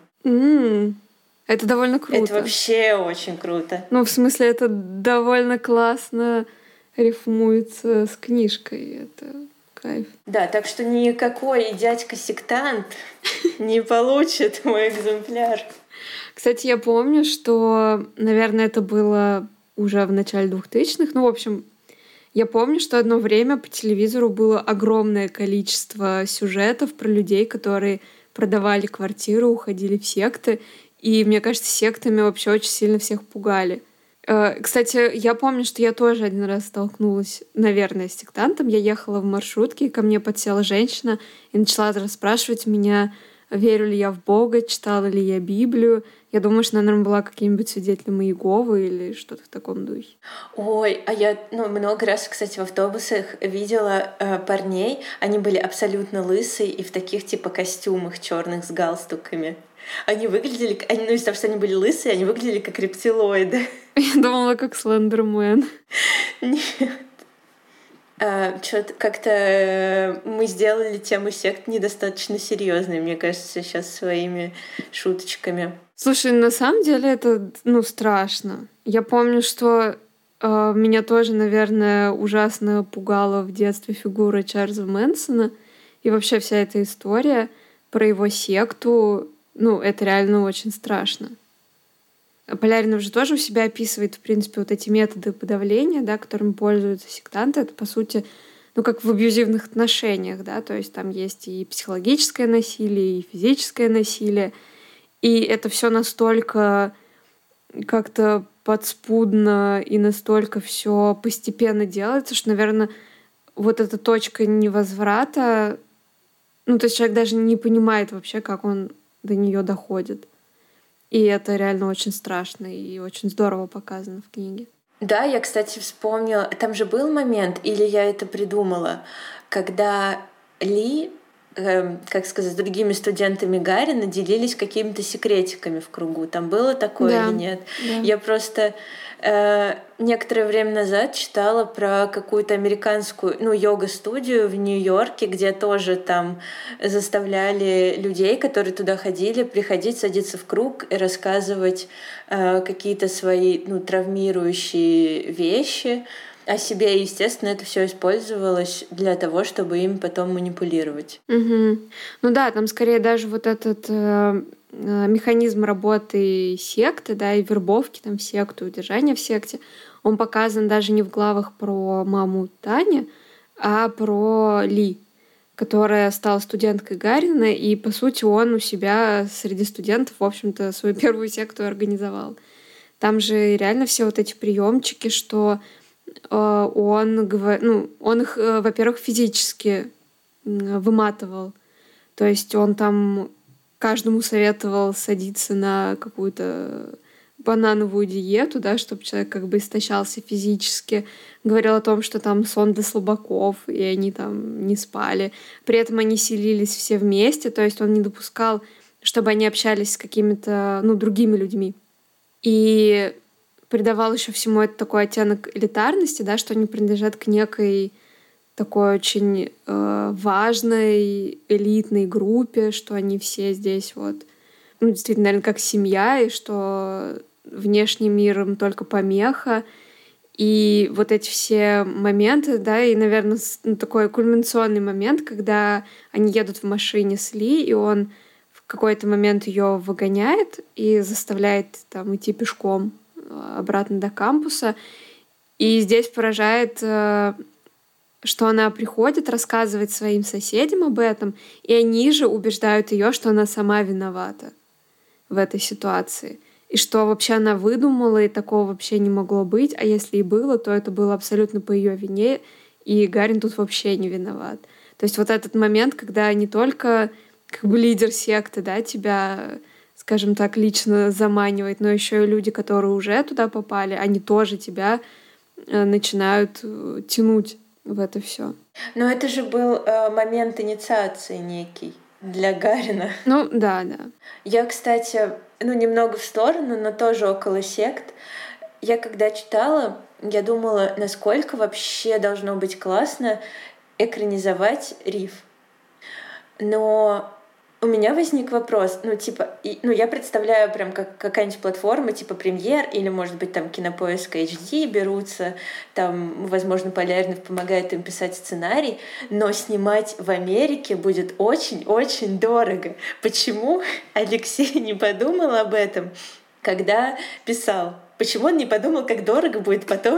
Это довольно круто.
Это вообще очень круто.
В смысле, это довольно классно рифмуется с книжкой. Это кайф.
Да, так что никакой дядька-сектант не получит мой экземпляр.
Кстати, я помню, что, наверное, это было уже в начале 2000-х. В общем, я помню, что одно время по телевизору было огромное количество сюжетов про людей, которые продавали квартиру, уходили в секты. И, мне кажется, сектами вообще очень сильно всех пугали. Кстати, я помню, что я тоже один раз столкнулась, наверное, с сектантом. Я ехала в маршрутке, и ко мне подсела женщина и начала расспрашивать меня, верю ли я в Бога, читала ли я Библию. Я думаю, что, наверное, была каким-нибудь свидетелем Иеговы или что-то в таком духе.
Ой, а я много раз, кстати, в автобусах видела парней. Они были абсолютно лысые и в таких типа костюмах черных с галстуками. Они выглядели... из-за того, что они были лысые, они выглядели как рептилоиды.
Я думала, как Слендермен.
Нет. Что-то как-то мы сделали тему сект недостаточно серьезной, мне кажется, сейчас своими шуточками.
Слушай, на самом деле это, страшно. Я помню, что меня тоже, наверное, ужасно пугала в детстве фигура Чарльза Мэнсона. И вообще вся эта история про его секту, это реально очень страшно. Поляринов же тоже у себя описывает, в принципе, вот эти методы подавления, да, которыми пользуются сектанты. Это, по сути, как в абьюзивных отношениях, да, то есть там есть и психологическое насилие, и физическое насилие. И это все настолько как-то подспудно и настолько все постепенно делается, что, наверное, вот эта точка невозврата, то есть человек даже не понимает вообще, как он до нее доходит. И это реально очень страшно и очень здорово показано в книге.
Да, я, кстати, вспомнила, там же был момент, или я это придумала, когда Ли, как сказать, с другими студентами Гарина делились какими-то секретиками в кругу. Там было такое или
Да,
нет?
да.
Я просто некоторое время назад читала про какую-то американскую, ну, йога-студию в Нью-Йорке, где тоже там заставляли людей, которые туда ходили, приходить, садиться в круг и рассказывать какие-то свои, ну, травмирующие вещи о себе. И, естественно, это все использовалось для того, чтобы им потом манипулировать.
Мгм. Ну да, там скорее даже вот этот механизм работы секты, да, и вербовки там в секту, удержания в секте, он показан даже не в главах про маму Тани, а про Ли, которая стала студенткой Гарина, и, по сути, он у себя среди студентов, в общем-то, свою первую секту организовал. Там же реально все вот эти приемчики, что он их, во-первых, физически выматывал. То есть он там каждому советовал садиться на какую-то банановую диету, да, чтобы человек как бы истощался физически. Говорил о том, что там сон для слабаков, и они там не спали. При этом они селились все вместе, то есть он не допускал, чтобы они общались с какими-то, ну, другими людьми. И придавал еще всему это такой оттенок элитарности, да, что они принадлежат к некой такой очень важной элитной группе, что они все здесь вот, ну, действительно, наверное, как семья, и что внешний мир им только помеха. И вот эти все моменты, да, и, наверное, такой кульминационный момент, когда они едут в машине с Ли, и он в какой-то момент ее выгоняет и заставляет там идти пешком обратно до кампуса. И здесь поражает, что она приходит, рассказывает своим соседям об этом, и они же убеждают ее, что она сама виновата в этой ситуации. И что вообще она выдумала, и такого вообще не могло быть. А если и было, то это было абсолютно по ее вине, и Гарин тут вообще не виноват. То есть вот этот момент, когда не только как бы лидер секты, да, тебя, скажем так, лично заманивает, но еще и люди, которые уже туда попали, они тоже тебя начинают тянуть в это все.
Но это же был момент инициации некий для Гарина.
Ну, да, да.
Я, кстати, ну, немного в сторону, но тоже около сект. Я когда читала, я думала, насколько вообще должно быть классно экранизовать Риф. Но у меня возник вопрос, ну, типа, я представляю прям как какая-нибудь платформа, типа Премьер, или, может быть, там Кинопоиск HD берутся, там, возможно, Полярнов помогает им писать сценарий, но снимать в Америке будет очень-очень дорого. Почему Алексей не подумал об этом, когда писал? Почему он не подумал, как дорого будет потом?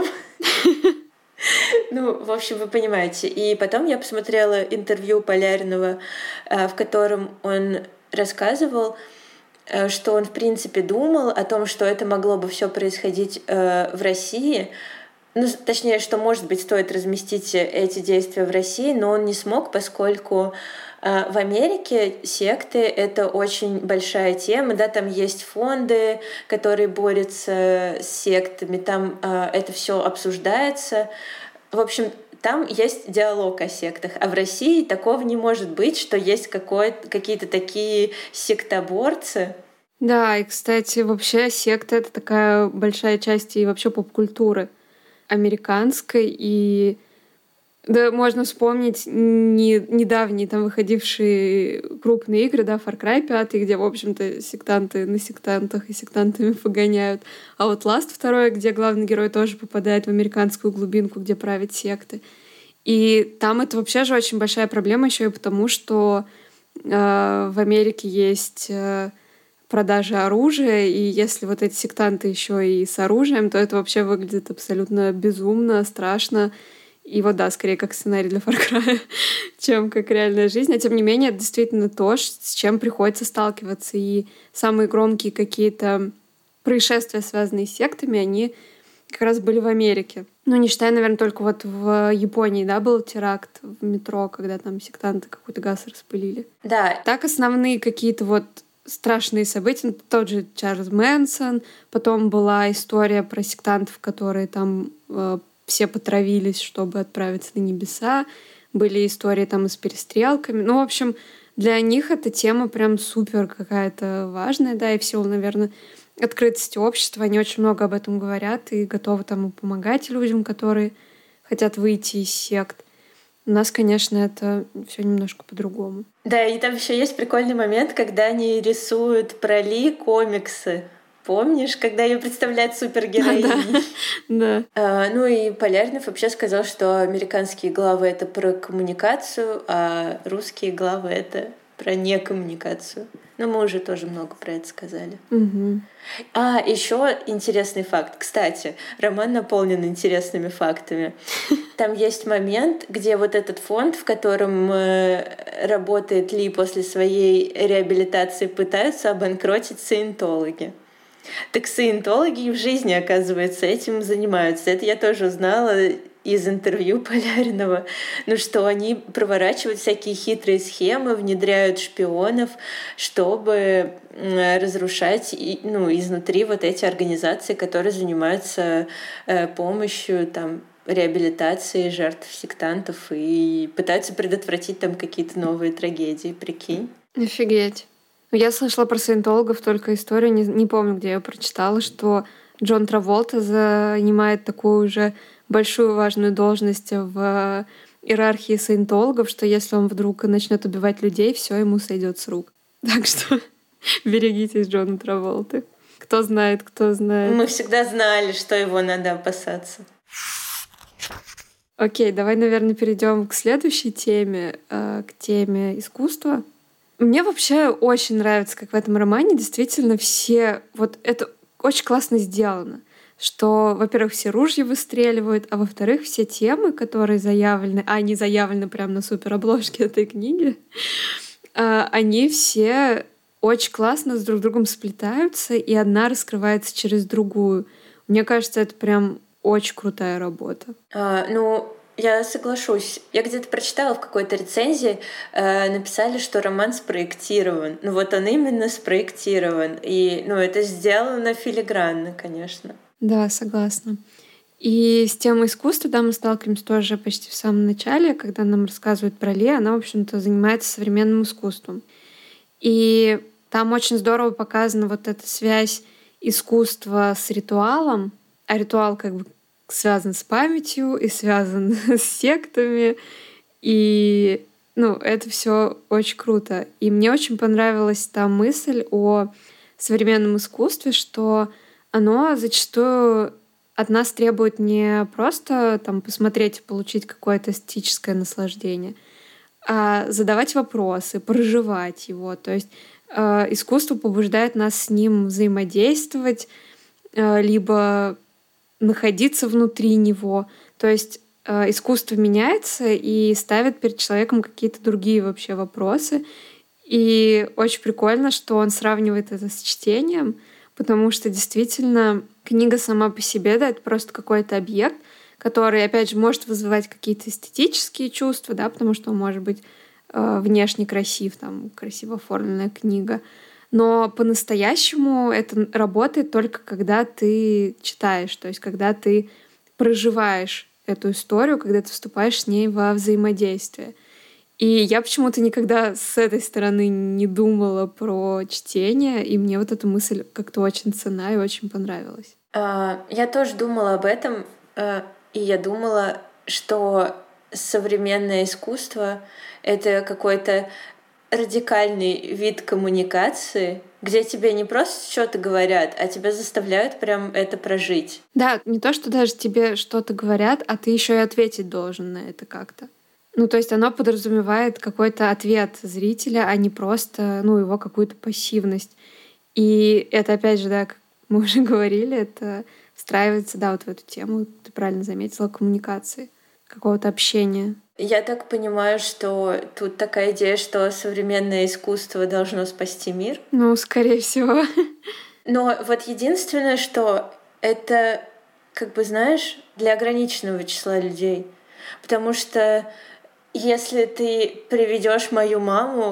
Ну, в общем, вы понимаете. И потом я посмотрела интервью Полярного, в котором он рассказывал, что он, в принципе, думал о том, что это могло бы все происходить в России. Ну, точнее, что, может быть, стоит разместить эти действия в России, но он не смог, поскольку в Америке секты — это очень большая тема, да, там есть фонды, которые борются с сектами, там это все обсуждается. В общем, там есть диалог о сектах, а в России такого не может быть, что есть какие-то такие сектоборцы.
Да, и, кстати, вообще секта — это такая большая часть и вообще поп-культуры американской, и да, можно вспомнить недавние там выходившие крупные игры, да, Far Cry 5, где, в общем-то, сектанты на сектантах и сектантами погоняют. А вот Last 2, где главный герой тоже попадает в американскую глубинку, где правят секты. И там это вообще же очень большая проблема еще и потому, что в Америке есть продажа оружия, и если вот эти сектанты еще и с оружием, то это вообще выглядит абсолютно безумно, страшно. И вот да, скорее как сценарий для Far Cry, чем как реальная жизнь. А тем не менее, это действительно то, с чем приходится сталкиваться. И самые громкие какие-то происшествия, связанные с сектами, они как раз были в Америке. Ну, не считая, наверное, только вот в Японии, да, был теракт в метро, когда там сектанты какой-то газ распылили.
Да.
Так основные какие-то вот страшные события. Тот же Чарльз Мэнсон, потом была история про сектантов, которые там все потравились, чтобы отправиться на небеса. Были истории там и с перестрелками. Ну, в общем, для них эта тема прям супер какая-то важная, да, и в силу, наверное, открытости общества. Они очень много об этом говорят и готовы там помогать людям, которые хотят выйти из сект. У нас, конечно, это все немножко по-другому.
Да, и там еще есть прикольный момент, когда они рисуют про Ли комиксы. Помнишь, когда ее представляют супергероиней?
Да.
Ну и Полярнов вообще сказал, что американские главы — это про коммуникацию, а русские главы — это про некоммуникацию. Но мы уже тоже много про это сказали. Еще интересный факт. Кстати, роман наполнен интересными фактами. Там есть момент, где вот этот фонд, в котором работает Ли после своей реабилитации, пытаются обанкротить саентологи. Так саентологи и в жизни, оказывается, этим занимаются. Это я тоже узнала из интервью Полярного. Ну что они проворачивают всякие хитрые схемы, внедряют шпионов, чтобы разрушать изнутри вот эти организации, которые занимаются помощью там, реабилитации жертв сектантов и пытаются предотвратить там какие-то новые трагедии. Прикинь.
Офигеть. Я слышала про саентологов только историю, не помню, где я прочитала, что Джон Траволта занимает такую уже большую важную должность в иерархии саентологов, что если он вдруг начнет убивать людей, все ему сойдет с рук. Так что берегитесь Джона Траволты. Кто знает, кто знает.
Мы всегда знали, что его надо опасаться.
Окей, давай, наверное, перейдем к следующей теме, к теме искусства. Мне вообще очень нравится, как в этом романе действительно все... Вот это очень классно сделано. Что, во-первых, все ружья выстреливают, а во-вторых, все темы, которые заявлены, а они заявлены прямо на суперобложке этой книги, они все очень классно с друг другом сплетаются, и одна раскрывается через другую. Мне кажется, это прям очень крутая работа.
Я соглашусь. Я где-то прочитала в какой-то рецензии, написали, что роман спроектирован. Ну вот он именно спроектирован. И это сделано филигранно, конечно.
Да, согласна. И с темой искусства, да, мы сталкиваемся тоже почти в самом начале, когда нам рассказывают про Ли, она, в общем-то, занимается современным искусством. И там очень здорово показана вот эта связь искусства с ритуалом, а ритуал как бы связан с памятью и связан с сектами. И это все очень круто. И мне очень понравилась та мысль о современном искусстве, что оно зачастую от нас требует не просто там, посмотреть и получить какое-то эстетическое наслаждение, а задавать вопросы, проживать его. То есть искусство побуждает нас с ним взаимодействовать, либо находиться внутри него. То есть искусство меняется и ставит перед человеком какие-то другие вообще вопросы. И очень прикольно, что он сравнивает это с чтением, потому что действительно книга сама по себе, да, это просто какой-то объект, который, опять же, может вызывать какие-то эстетические чувства, да, потому что он может быть внешне красив, там, красиво оформленная книга. Но по-настоящему это работает только когда ты читаешь, то есть когда ты проживаешь эту историю, когда ты вступаешь с ней во взаимодействие. И я почему-то никогда с этой стороны не думала про чтение, и мне вот эта мысль как-то очень ценна и очень понравилась.
Я тоже думала об этом, и я думала, что современное искусство — это какой-то радикальный вид коммуникации, где тебе не просто что-то говорят, а тебя заставляют прям это прожить.
Да, не то, что даже тебе что-то говорят, а ты еще и ответить должен на это как-то. То есть оно подразумевает какой-то ответ зрителя, а не просто, его какую-то пассивность. И это, опять же, да, как мы уже говорили, это встраивается, да, вот в эту тему, ты правильно заметила, коммуникации, какого-то общения.
Я так понимаю, что тут такая идея, что современное искусство должно спасти мир.
Скорее всего.
Но вот единственное, что это, как бы, знаешь, для ограниченного числа людей. Потому что если ты приведешь мою маму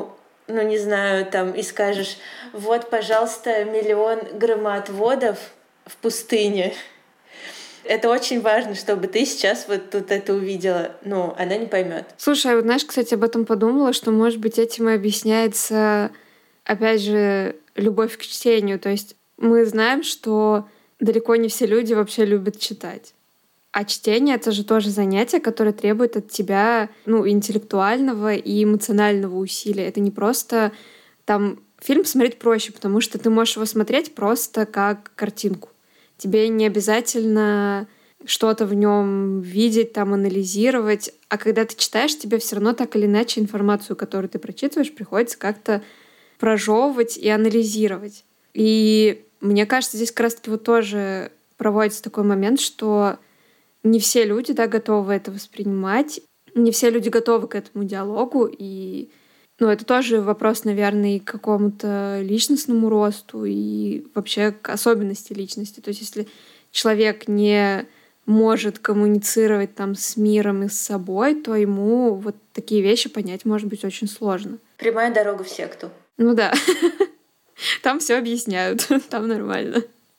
ну, не знаю, там, и скажешь, вот, пожалуйста, 1 000 000 громоотводов в пустыне. Это очень важно, чтобы ты сейчас вот тут это увидела. Ну, она не поймет.
Слушай, а вот знаешь, кстати, об этом подумала, что, может быть, этим и объясняется, опять же, любовь к чтению. То есть мы знаем, что далеко не все люди вообще любят читать. А чтение — это же тоже занятие, которое требует от тебя, ну, интеллектуального и эмоционального усилия. Это не просто там фильм смотреть проще, потому что ты можешь его смотреть просто как картинку. Тебе не обязательно что-то в нем видеть, там, анализировать. А когда ты читаешь, тебе все равно так или иначе информацию, которую ты прочитываешь, приходится как-то прожевывать и анализировать. И мне кажется, здесь как раз-таки вот тоже проводится такой момент, что не все люди, да, готовы это воспринимать, не все люди готовы к этому диалогу, и ну, это тоже вопрос, наверное, и к какому-то личностному росту, и вообще к особенности личности. То есть если человек не может коммуницировать там с миром и с собой, то ему вот такие вещи понять может быть очень сложно.
Прямая дорога в секту.
Ну да, там все объясняют, там нормально.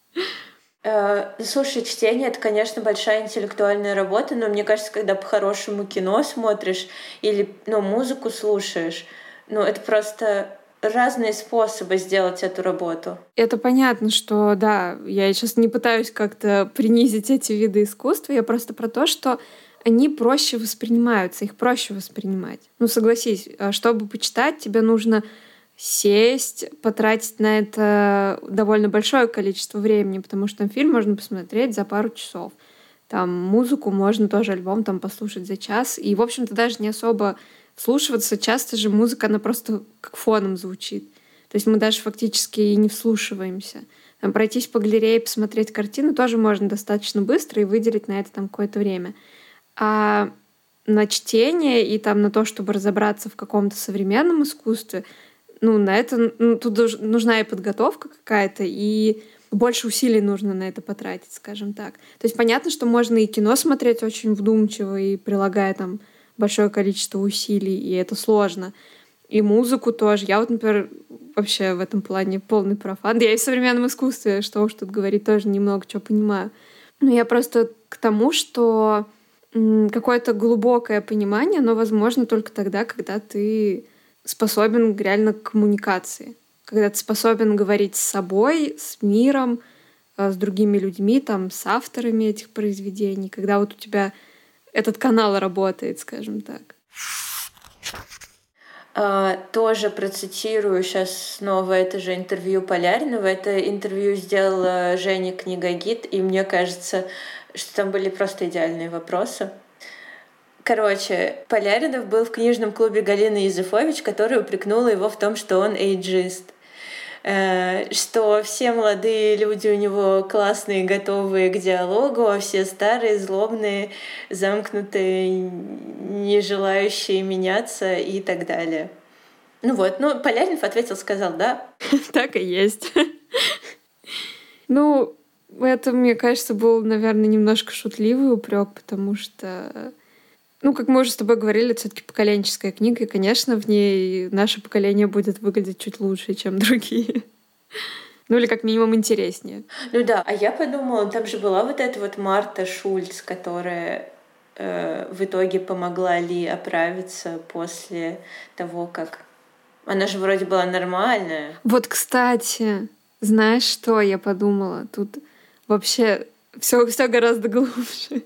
Слушай, чтение — это, конечно, большая интеллектуальная работа, но мне кажется, когда по-хорошему кино смотришь или, ну, музыку слушаешь, ну, это просто разные способы сделать эту работу.
Это понятно, что, да, я сейчас не пытаюсь как-то принизить эти виды искусства, я просто про то, что они проще воспринимаются, их проще воспринимать. Ну, согласись, чтобы почитать, тебе нужно сесть, потратить на это довольно большое количество времени, потому что там фильм можно посмотреть за пару часов. Там музыку можно тоже, альбом там послушать за час. И, в общем-то, даже не особо вслушиваться. Часто же музыка, она просто как фоном звучит. То есть мы даже фактически и не вслушиваемся. Там, пройтись по галерее, посмотреть картину тоже можно достаточно быстро и выделить на это там какое-то время. А на чтение и там на то, чтобы разобраться в каком-то современном искусстве, ну, на это тут нужна и подготовка какая-то, и больше усилий нужно на это потратить, скажем так. То есть понятно, что можно и кино смотреть очень вдумчиво и прилагая там большое количество усилий, и это сложно. И музыку тоже. Я вот, например, вообще в этом плане полный профан. Я и в современном искусстве, что уж тут говорить, тоже немного чего понимаю. Но я просто к тому, что какое-то глубокое понимание, оно возможно только тогда, когда ты способен реально к коммуникации. Когда ты способен говорить с собой, с миром, с другими людьми, там, с авторами этих произведений. Когда вот у тебя этот канал работает, скажем так.
Тоже процитирую сейчас снова это же интервью Полярного. Это интервью сделала Женя Книгагид, и мне кажется, что там были просто идеальные вопросы. Короче, Поляринов был в книжном клубе Галины Юзефович, которая упрекнула его в том, что он эйджист. Что все молодые люди у него классные, готовые к диалогу, а все старые, злобные, замкнутые, не желающие меняться и так далее. Ну вот, ну Поляринов ответил, сказал, да.
Так и есть. Ну, это, мне кажется, был, наверное, немножко шутливый упрек, потому что, ну, как мы уже с тобой говорили, это все-таки поколенческая книга, и, конечно, в ней наше поколение будет выглядеть чуть лучше, чем другие. Ну, или как минимум интереснее.
Ну да, а я подумала, там же была вот эта вот Марта Шульц, которая в итоге помогла Ли оправиться после того, как... Она же вроде была нормальная.
Вот, кстати, знаешь, что я подумала? Тут вообще все гораздо глубже.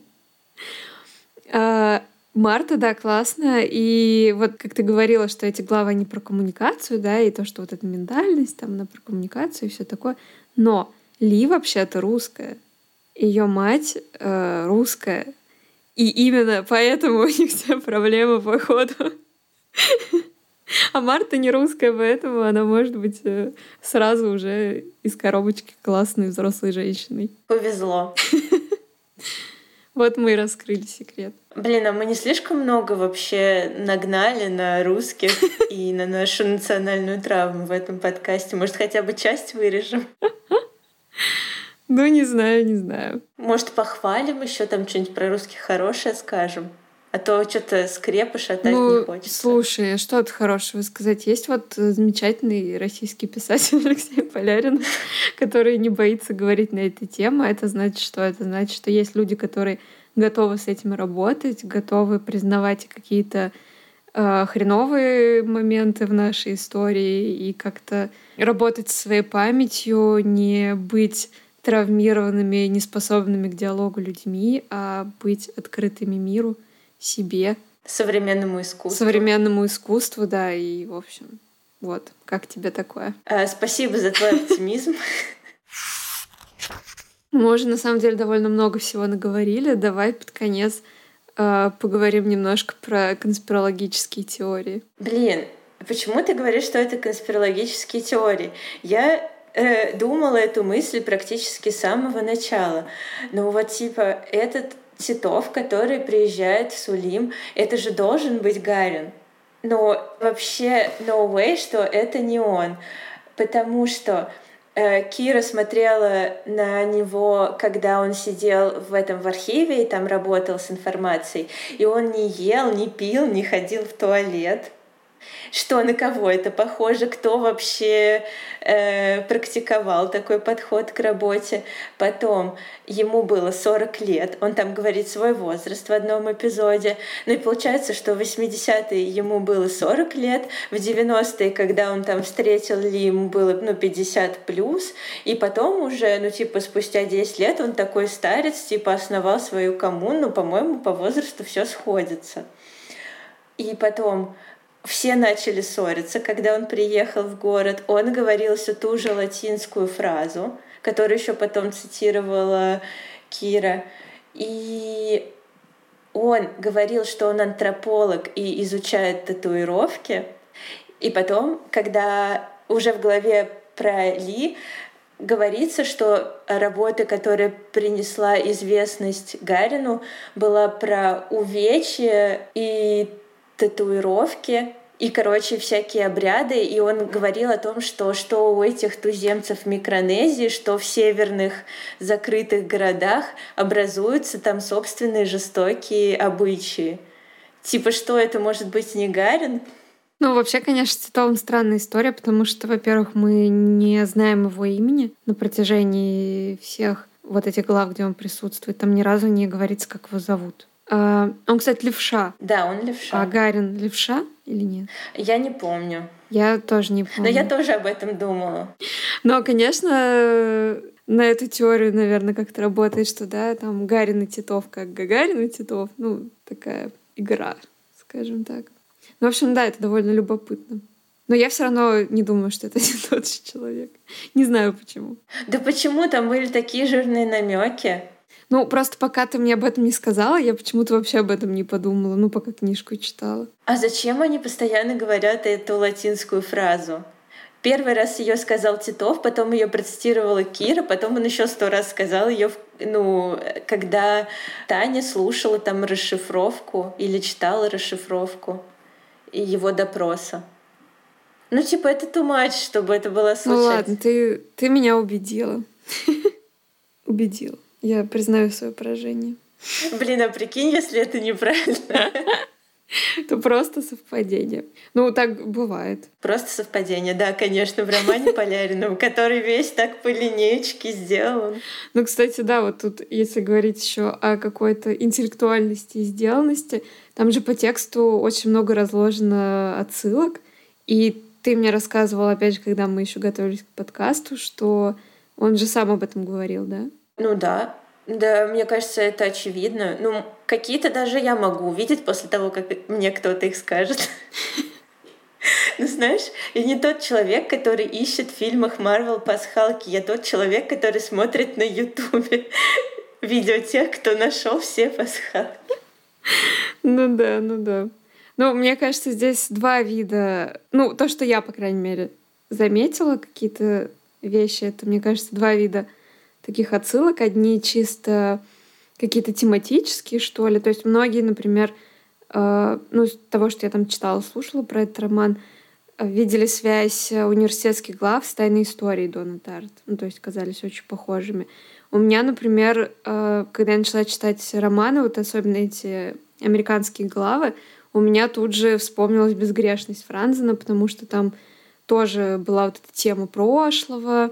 Марта, да, классно. И вот как ты говорила, что эти главы, они про коммуникацию, да, и то, что вот эта ментальность, там, она про коммуникацию и все такое. Но Ли вообще-то русская. Ее мать русская. И именно поэтому у них все проблемы, походу. А Марта не русская, поэтому она может быть сразу уже из коробочки классной взрослой женщиной.
Повезло.
Вот мы и раскрыли секрет.
Блин, а мы не слишком много вообще нагнали на русских и на нашу национальную травму в этом подкасте? Может, хотя бы часть вырежем?
Ну, не знаю.
Может, похвалим еще там что-нибудь про русских хорошее скажем? А то что-то скрепы шатать не
Ну,
хочется.
слушай, что тут хорошего сказать? Есть вот замечательный российский писатель Алексей Полярин, который не боится говорить на эти темы. Это значит что? Это значит, что есть люди, которые готовы с этим работать, готовы признавать какие-то хреновые моменты в нашей истории и как-то работать со своей памятью, не быть травмированными, неспособными к диалогу людьми, а быть открытыми миру, себе,
Современному искусству.
современному искусству, да, и, в общем, вот. Как тебе такое?
Спасибо за твой оптимизм.
Мы уже, на самом деле, довольно много всего наговорили. Давай под конец поговорим немножко про конспирологические теории.
Блин, почему ты говоришь, что это конспирологические теории? Я думала эту мысль практически с самого начала. Но вот типа этот Титов, который приезжает в Сулим, это же должен быть Гарин. Но вообще no way, что это не он. Потому что Кира смотрела на него, когда он сидел в архиве и там работал с информацией, и он не ел, не пил, не ходил в туалет. Что, на кого это похоже? Кто вообще практиковал такой подход к работе? Потом ему было 40 лет, он там говорит свой возраст в одном эпизоде. Ну и получается, что в 80-е ему было 40 лет, в 90-е, когда он там встретил Ли, ему было 50 плюс, и потом уже, спустя 10 лет он такой старец, основал свою коммуну, по-моему, по возрасту все сходится. И потом все начали ссориться, когда он приехал в город. Он говорил всю ту же латинскую фразу, которую еще потом цитировала Кира. И он говорил, что он антрополог и изучает татуировки. И потом, когда уже в главе про Ли говорится, что работа, которая принесла известность Гарину, была про увечья и татуировки и, всякие обряды. И он говорил о том, что у этих туземцев в Микронезии, что в северных закрытых городах образуются там собственные жестокие обычаи. Что это может быть не Гарин?
Ну, вообще, конечно, с Титовым странная история, потому что, во-первых, мы не знаем его имени на протяжении всех вот этих глав, где он присутствует. Там ни разу не говорится, как его зовут. Он, кстати, левша.
Да, он левша.
А Гарин левша или нет?
Я не помню.
Я тоже не помню.
Но я тоже об этом думала.
Но, конечно, на эту теорию, наверное, как-то работает, что, да, там Гарин и Титов как Гагарин и Титов. Такая игра, скажем так. В общем, да, это довольно любопытно. Но я все равно не думаю, что это один и тот же человек. Не знаю почему.
Да почему там были такие жирные намеки?
Просто пока ты мне об этом не сказала, я почему-то вообще об этом не подумала, пока книжку читала.
А зачем они постоянно говорят эту латинскую фразу? Первый раз ее сказал Титов, потом ее процитировала Кира, потом он еще 100 раз сказал ее, когда Таня слушала там расшифровку или читала расшифровку его допроса. Это too much, чтобы это было случайно.
Ну ладно, ты меня убедила. Убедила. Я признаю свое поражение.
Блин, а прикинь, если это неправильно.
Это просто совпадение. Так бывает.
Просто совпадение, да, конечно, в романе Поляринова, который весь так по линеечке сделан.
Кстати, да, вот тут, если говорить еще о какой-то интеллектуальности и сделанности, там же по тексту очень много разложено отсылок. И ты мне рассказывал, опять же, когда мы еще готовились к подкасту, что он же сам об этом говорил, да?
Да. Да, мне кажется, это очевидно. Какие-то даже я могу увидеть после того, как мне кто-то их скажет. Знаешь, я не тот человек, который ищет в фильмах Марвел пасхалки. Я тот человек, который смотрит на Ютубе видео тех, кто нашел все пасхалки.
Да. Мне кажется, здесь два вида. То, что я, по крайней мере, заметила, какие-то вещи, это, мне кажется, два вида таких отсылок. Одни чисто какие-то тематические, что ли. То есть многие, например, из того, что я там читала, слушала про этот роман, видели связь университетских глав с тайной историей Донны Тарт. То есть казались очень похожими. У меня, например, когда я начала читать романы, вот особенно эти американские главы, у меня тут же вспомнилась «Безгрешность» Франзена, потому что там тоже была вот эта тема прошлого,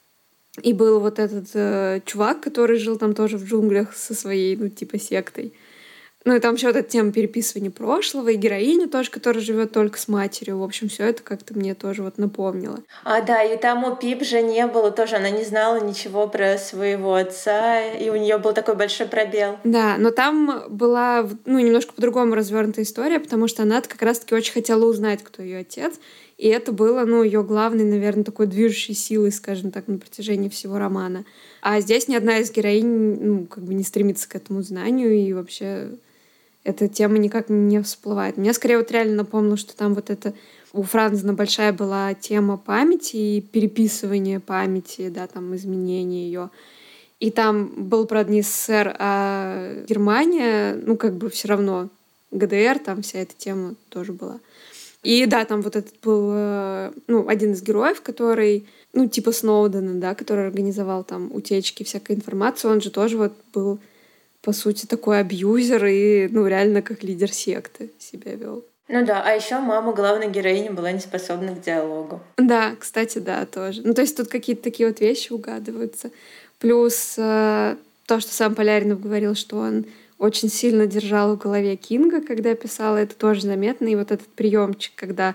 и был вот этот чувак, который жил там тоже в джунглях со своей, ну, типа, сектой. Ну, и там еще вот эта тема переписывания прошлого, и героиня тоже, которая живет только с матерью. В общем, все это как-то мне тоже вот напомнило.
Да, и там у Пип же не было тоже, она не знала ничего про своего отца, и у нее был такой большой пробел.
Да, но там была, ну, немножко по-другому развернутая история, потому что она как раз-таки очень хотела узнать, кто ее отец, и это было, ну, ее главной, наверное, такой движущей силой, скажем так, на протяжении всего романа. А здесь ни одна из героинь, ну, как бы не стремится к этому знанию, и вообще эта тема никак не всплывает. Мне скорее вот реально напомнило, что там вот это у Франзена большая была тема памяти и переписывания памяти, да, там изменения ее. И там был, правда, не СССР, а Германия, ну, как бы все равно ГДР, там вся эта тема тоже была. И да, там вот этот был, ну, один из героев, который, ну, типа Сноудена, да, который организовал там утечки всякой информации, он же тоже вот был, по сути, такой абьюзер и, ну, реально как лидер секты себя вел.
Ну да, а еще мама главной героини была не способна к диалогу.
Да, кстати, да, тоже. Ну, то есть тут какие-то такие вот вещи угадываются. Плюс то, что сам Поляринов говорил, что он очень сильно держал в голове Кинга, когда писал, это тоже заметно. И вот этот приемчик, когда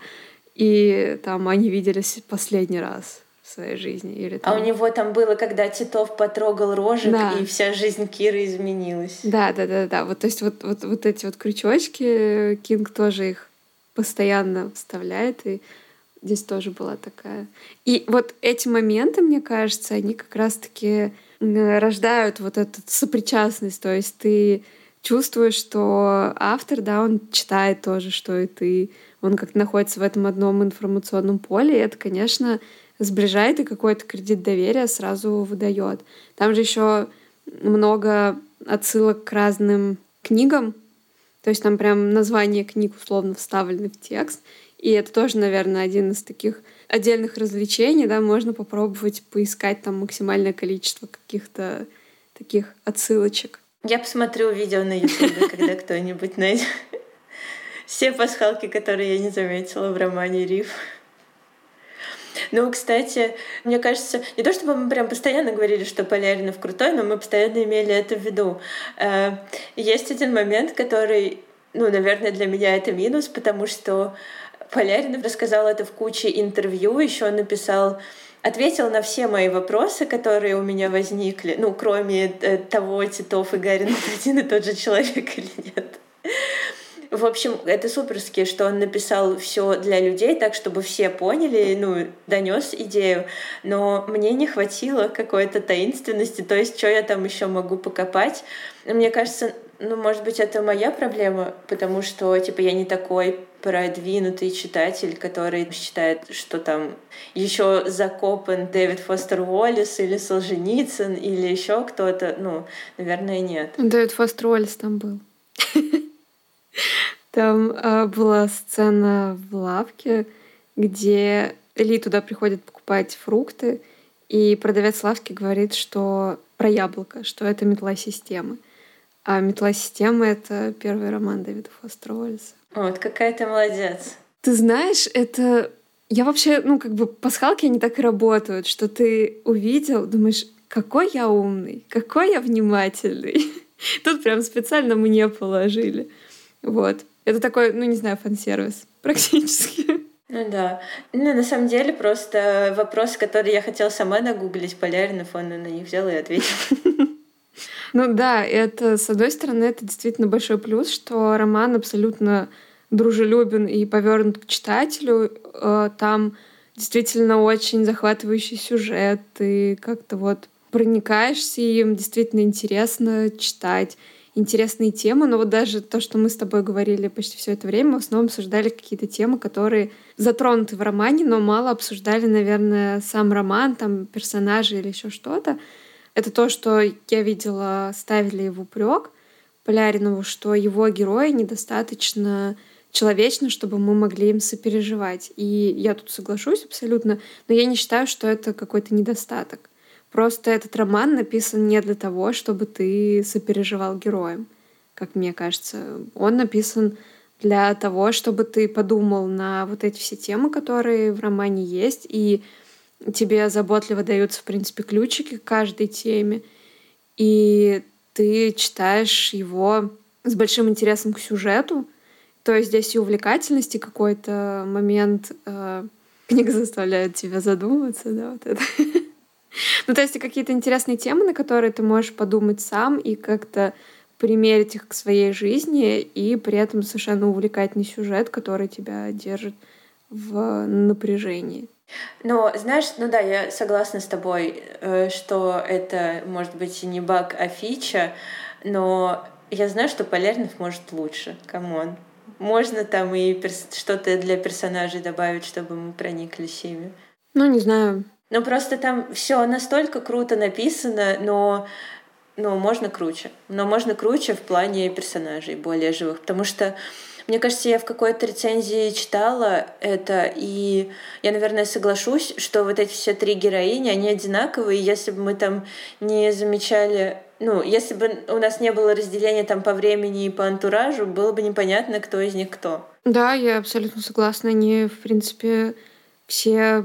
и там они виделись последний раз в своей жизни. Или там...
А у него там было, когда Титов потрогал рожек, да. И вся жизнь Киры изменилась.
Да. Вот, то есть вот эти вот крючочки, Кинг тоже их постоянно вставляет, и здесь тоже была такая. И вот эти моменты, мне кажется, они как раз-таки рождают вот эту сопричастность. То есть ты чувствуешь, что автор, да, он читает тоже, что и ты. Он как-то находится в этом одном информационном поле, и это, конечно, сближает и какой-то кредит доверия сразу выдает. Там же еще много отсылок к разным книгам. То есть там прям названия книг условно вставлены в текст. И это тоже, наверное, один из таких отдельных развлечений, да, можно попробовать поискать там максимальное количество каких-то таких отсылочек.
Я посмотрю видео на YouTube, когда кто-нибудь найдет все пасхалки, которые я не заметила в романе «Риф». Ну, кстати, мне кажется, не то чтобы мы прям постоянно говорили, что Поляринов крутой, но мы постоянно имели это в виду. Есть один момент, который, ну, наверное, для меня это минус, потому что Поляринов рассказал это в куче интервью, еще он ответил на все мои вопросы, которые у меня возникли, ну, кроме того, Титов и Гарин — один и тот же человек или нет. В общем, это суперски, что он написал все для людей так, чтобы все поняли, ну, донес идею. Но мне не хватило какой-то таинственности, то есть, что я там еще могу покопать. Мне кажется, ну, может быть, это моя проблема, потому что, типа, я не такой продвинутый читатель, который считает, что там еще закопан Дэвид Фостер Уоллес или Солженицын или еще кто-то. Ну, наверное, нет.
Дэвид Фостер Уоллес там был. Там была сцена в лавке, где Ли туда приходит покупать фрукты, и продавец лавки говорит, что про яблоко, что это «Метла системы». А «Метла системы» — это первый роман Дэвида Фостера Уоллеса.
Вот, какая ты молодец.
Ты знаешь, это... Я вообще, ну, как бы пасхалки, они так и работают, что ты увидел, думаешь, какой я умный, какой я внимательный. Тут прям специально мне положили. Вот. Это такой, ну, не знаю, фан-сервис практически.
Ну да. Ну, на самом деле, просто вопросы, которые я хотела сама нагуглить, Поляринов, он на них взял и ответил.
Ну да, это, с одной стороны, это действительно большой плюс, что роман абсолютно дружелюбен и повернут к читателю. Там действительно очень захватывающий сюжет, и как-то вот проникаешься им, действительно интересно читать. Интересные темы, но вот даже то, что мы с тобой говорили почти все это время, в основном обсуждали какие-то темы, которые затронуты в романе, но мало обсуждали, наверное, сам роман, там, персонажи или еще что-то. Это то, что я видела, ставили в упрек Поляринову, что его герои недостаточно человечны, чтобы мы могли им сопереживать. И я тут соглашусь абсолютно, но я не считаю, что это какой-то недостаток. Просто этот роман написан не для того, чтобы ты сопереживал героям, как мне кажется. Он написан для того, чтобы ты подумал на вот эти все темы, которые в романе есть, и тебе заботливо даются, в принципе, ключики к каждой теме, и ты читаешь его с большим интересом к сюжету. То есть здесь и увлекательность, и какой-то момент книга заставляет тебя задуматься, да, вот это. Ну, то есть и какие-то интересные темы, на которые ты можешь подумать сам и как-то примерить их к своей жизни, и при этом совершенно увлекательный сюжет, который тебя держит в напряжении.
Но, знаешь, ну да, я согласна с тобой, что это, может быть, и не баг, а фича, но я знаю, что Полярнов может лучше. Камон. Можно там и что-то для персонажей добавить, чтобы мы прониклись ими.
Ну, не знаю.
Ну, просто там все настолько круто написано, но можно круче. Но можно круче в плане персонажей более живых. Потому что, мне кажется, я в какой-то рецензии читала это, и я, наверное, соглашусь, что вот эти все три героини, они одинаковые. И если бы мы там не замечали... Ну, если бы у нас не было разделения там по времени и по антуражу, было бы непонятно, кто из них кто.
Да, я абсолютно согласна. Они, в принципе, все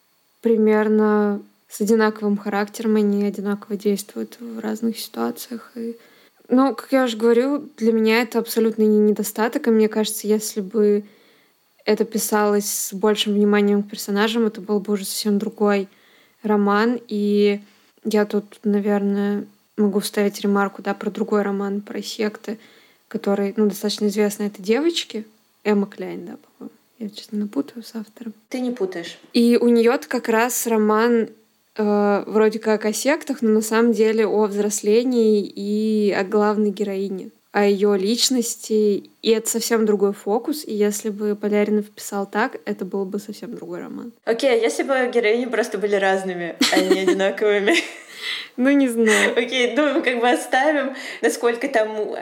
примерно с одинаковым характером, они одинаково действуют в разных ситуациях. И... Ну, как я уже говорю, для меня это абсолютно не недостаток. И мне кажется, если бы это писалось с большим вниманием к персонажам, это был бы уже совсем другой роман. И я тут, наверное, могу вставить ремарку, да, про другой роман, про секты, который, ну, достаточно известный. Это «Девочки». Эмма Кляйн, да, по-моему. Я, честно, напутаю с автором.
Ты не путаешь.
И у нее как раз роман вроде как о сектах, но на самом деле о взрослении и о главной героине, о ее личности. И это совсем другой фокус. И если бы Поляринов писал так, это был бы совсем другой роман.
Окей, если бы героини просто были разными, а не одинаковыми.
Ну, не знаю.
Окей, ну, как бы оставим, насколько там,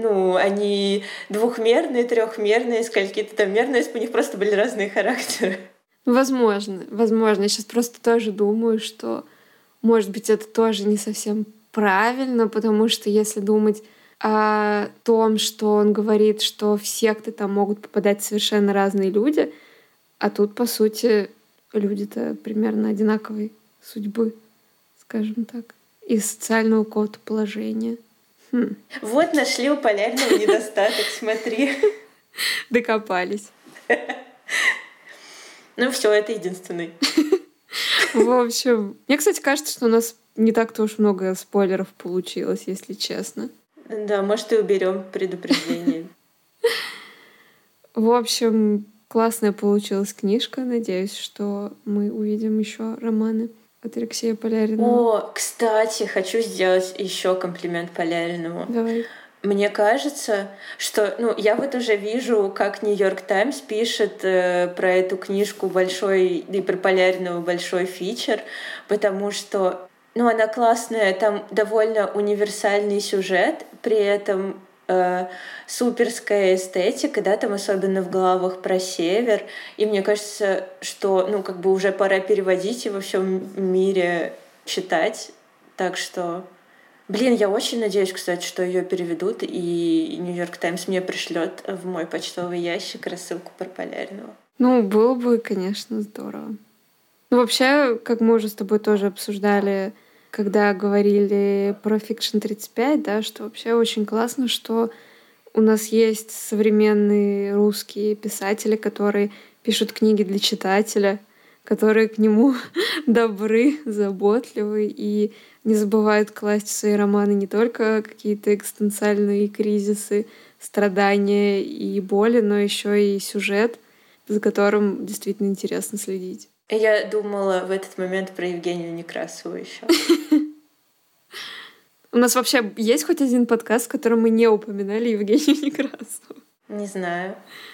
они двухмерные, трехмерные, скольки-то там мерные, если бы у них просто были разные характеры.
Возможно. Я сейчас просто тоже думаю, что, может быть, это тоже не совсем правильно, потому что если думать о том, что он говорит, что в секты там могут попадать совершенно разные люди, а тут, по сути, люди-то примерно одинаковой судьбы, скажем так, и социального какого-то положения.
Вот нашли у Полярного недостаток, смотри.
Докопались.
Ну все, это единственный.
В общем, мне, кстати, кажется, что у нас не так-то уж много спойлеров получилось, если честно.
Да, может, и уберем предупреждение.
В общем, классная получилась книжка. Надеюсь, что мы увидим еще романы от Алексея Поляринова.
О, кстати, хочу сделать еще комплимент Поляринову.
Давай.
Мне кажется, что, я вот уже вижу, как Нью-Йорк Таймс пишет про эту книжку большой, и про Поляринова большой фичер, потому что, она классная, там довольно универсальный сюжет, при этом суперская эстетика, да, там особенно в главах про север, и мне кажется, что, уже пора переводить и во всем мире читать, так что... Блин, я очень надеюсь, кстати, что ее переведут, и Нью-Йорк Таймс мне пришлет в мой почтовый ящик рассылку про Полярного.
Было бы, конечно, здорово. Вообще, как мы уже с тобой тоже обсуждали, когда говорили про Fiction 35, да, что вообще очень классно, что у нас есть современные русские писатели, которые пишут книги для читателя, которые к нему добры, заботливы и не забывают класть в свои романы не только какие-то экзистенциальные кризисы, страдания и боли, но еще и сюжет, за которым действительно интересно следить.
Я думала в этот момент про Евгению Некрасову еще.
У нас вообще есть хоть один подкаст, в котором мы не упоминали Евгению Некрасову?
Не знаю.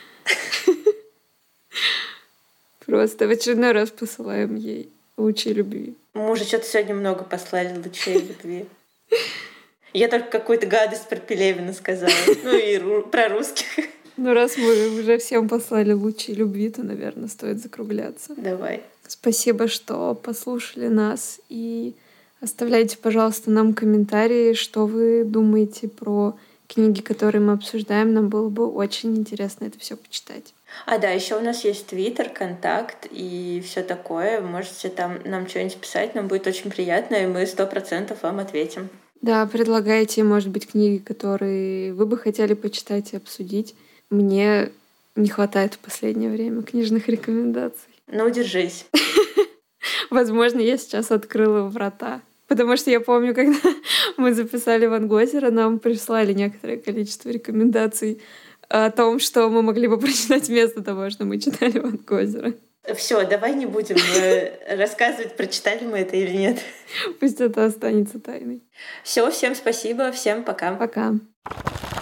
Просто в очередной раз посылаем ей лучи любви.
Мы уже что-то сегодня много послали лучей любви. Я только какую-то гадость про Пелевина сказала. И про русских.
Раз мы уже всем послали лучи любви, то, наверное, стоит закругляться.
Давай.
Спасибо, что послушали нас. И оставляйте, пожалуйста, нам комментарии, что вы думаете про книги, которые мы обсуждаем, нам было бы очень интересно это все почитать.
Да, еще у нас есть Твиттер, Контакт и все такое. Можете там нам что-нибудь писать, нам будет очень приятно, и мы 100% вам ответим.
Да, предлагайте, может быть, книги, которые вы бы хотели почитать и обсудить. Мне не хватает в последнее время книжных рекомендаций.
Ну, держись.
Возможно, я сейчас открыла врата. Потому что я помню, когда мы записали Ван Гозера, нам прислали некоторое количество рекомендаций о том, что мы могли бы прочитать вместо того, что мы читали Ван Гозера.
Все, давай не будем рассказывать, прочитали мы это или нет.
Пусть это останется тайной.
Все, всем спасибо, всем пока.
Пока.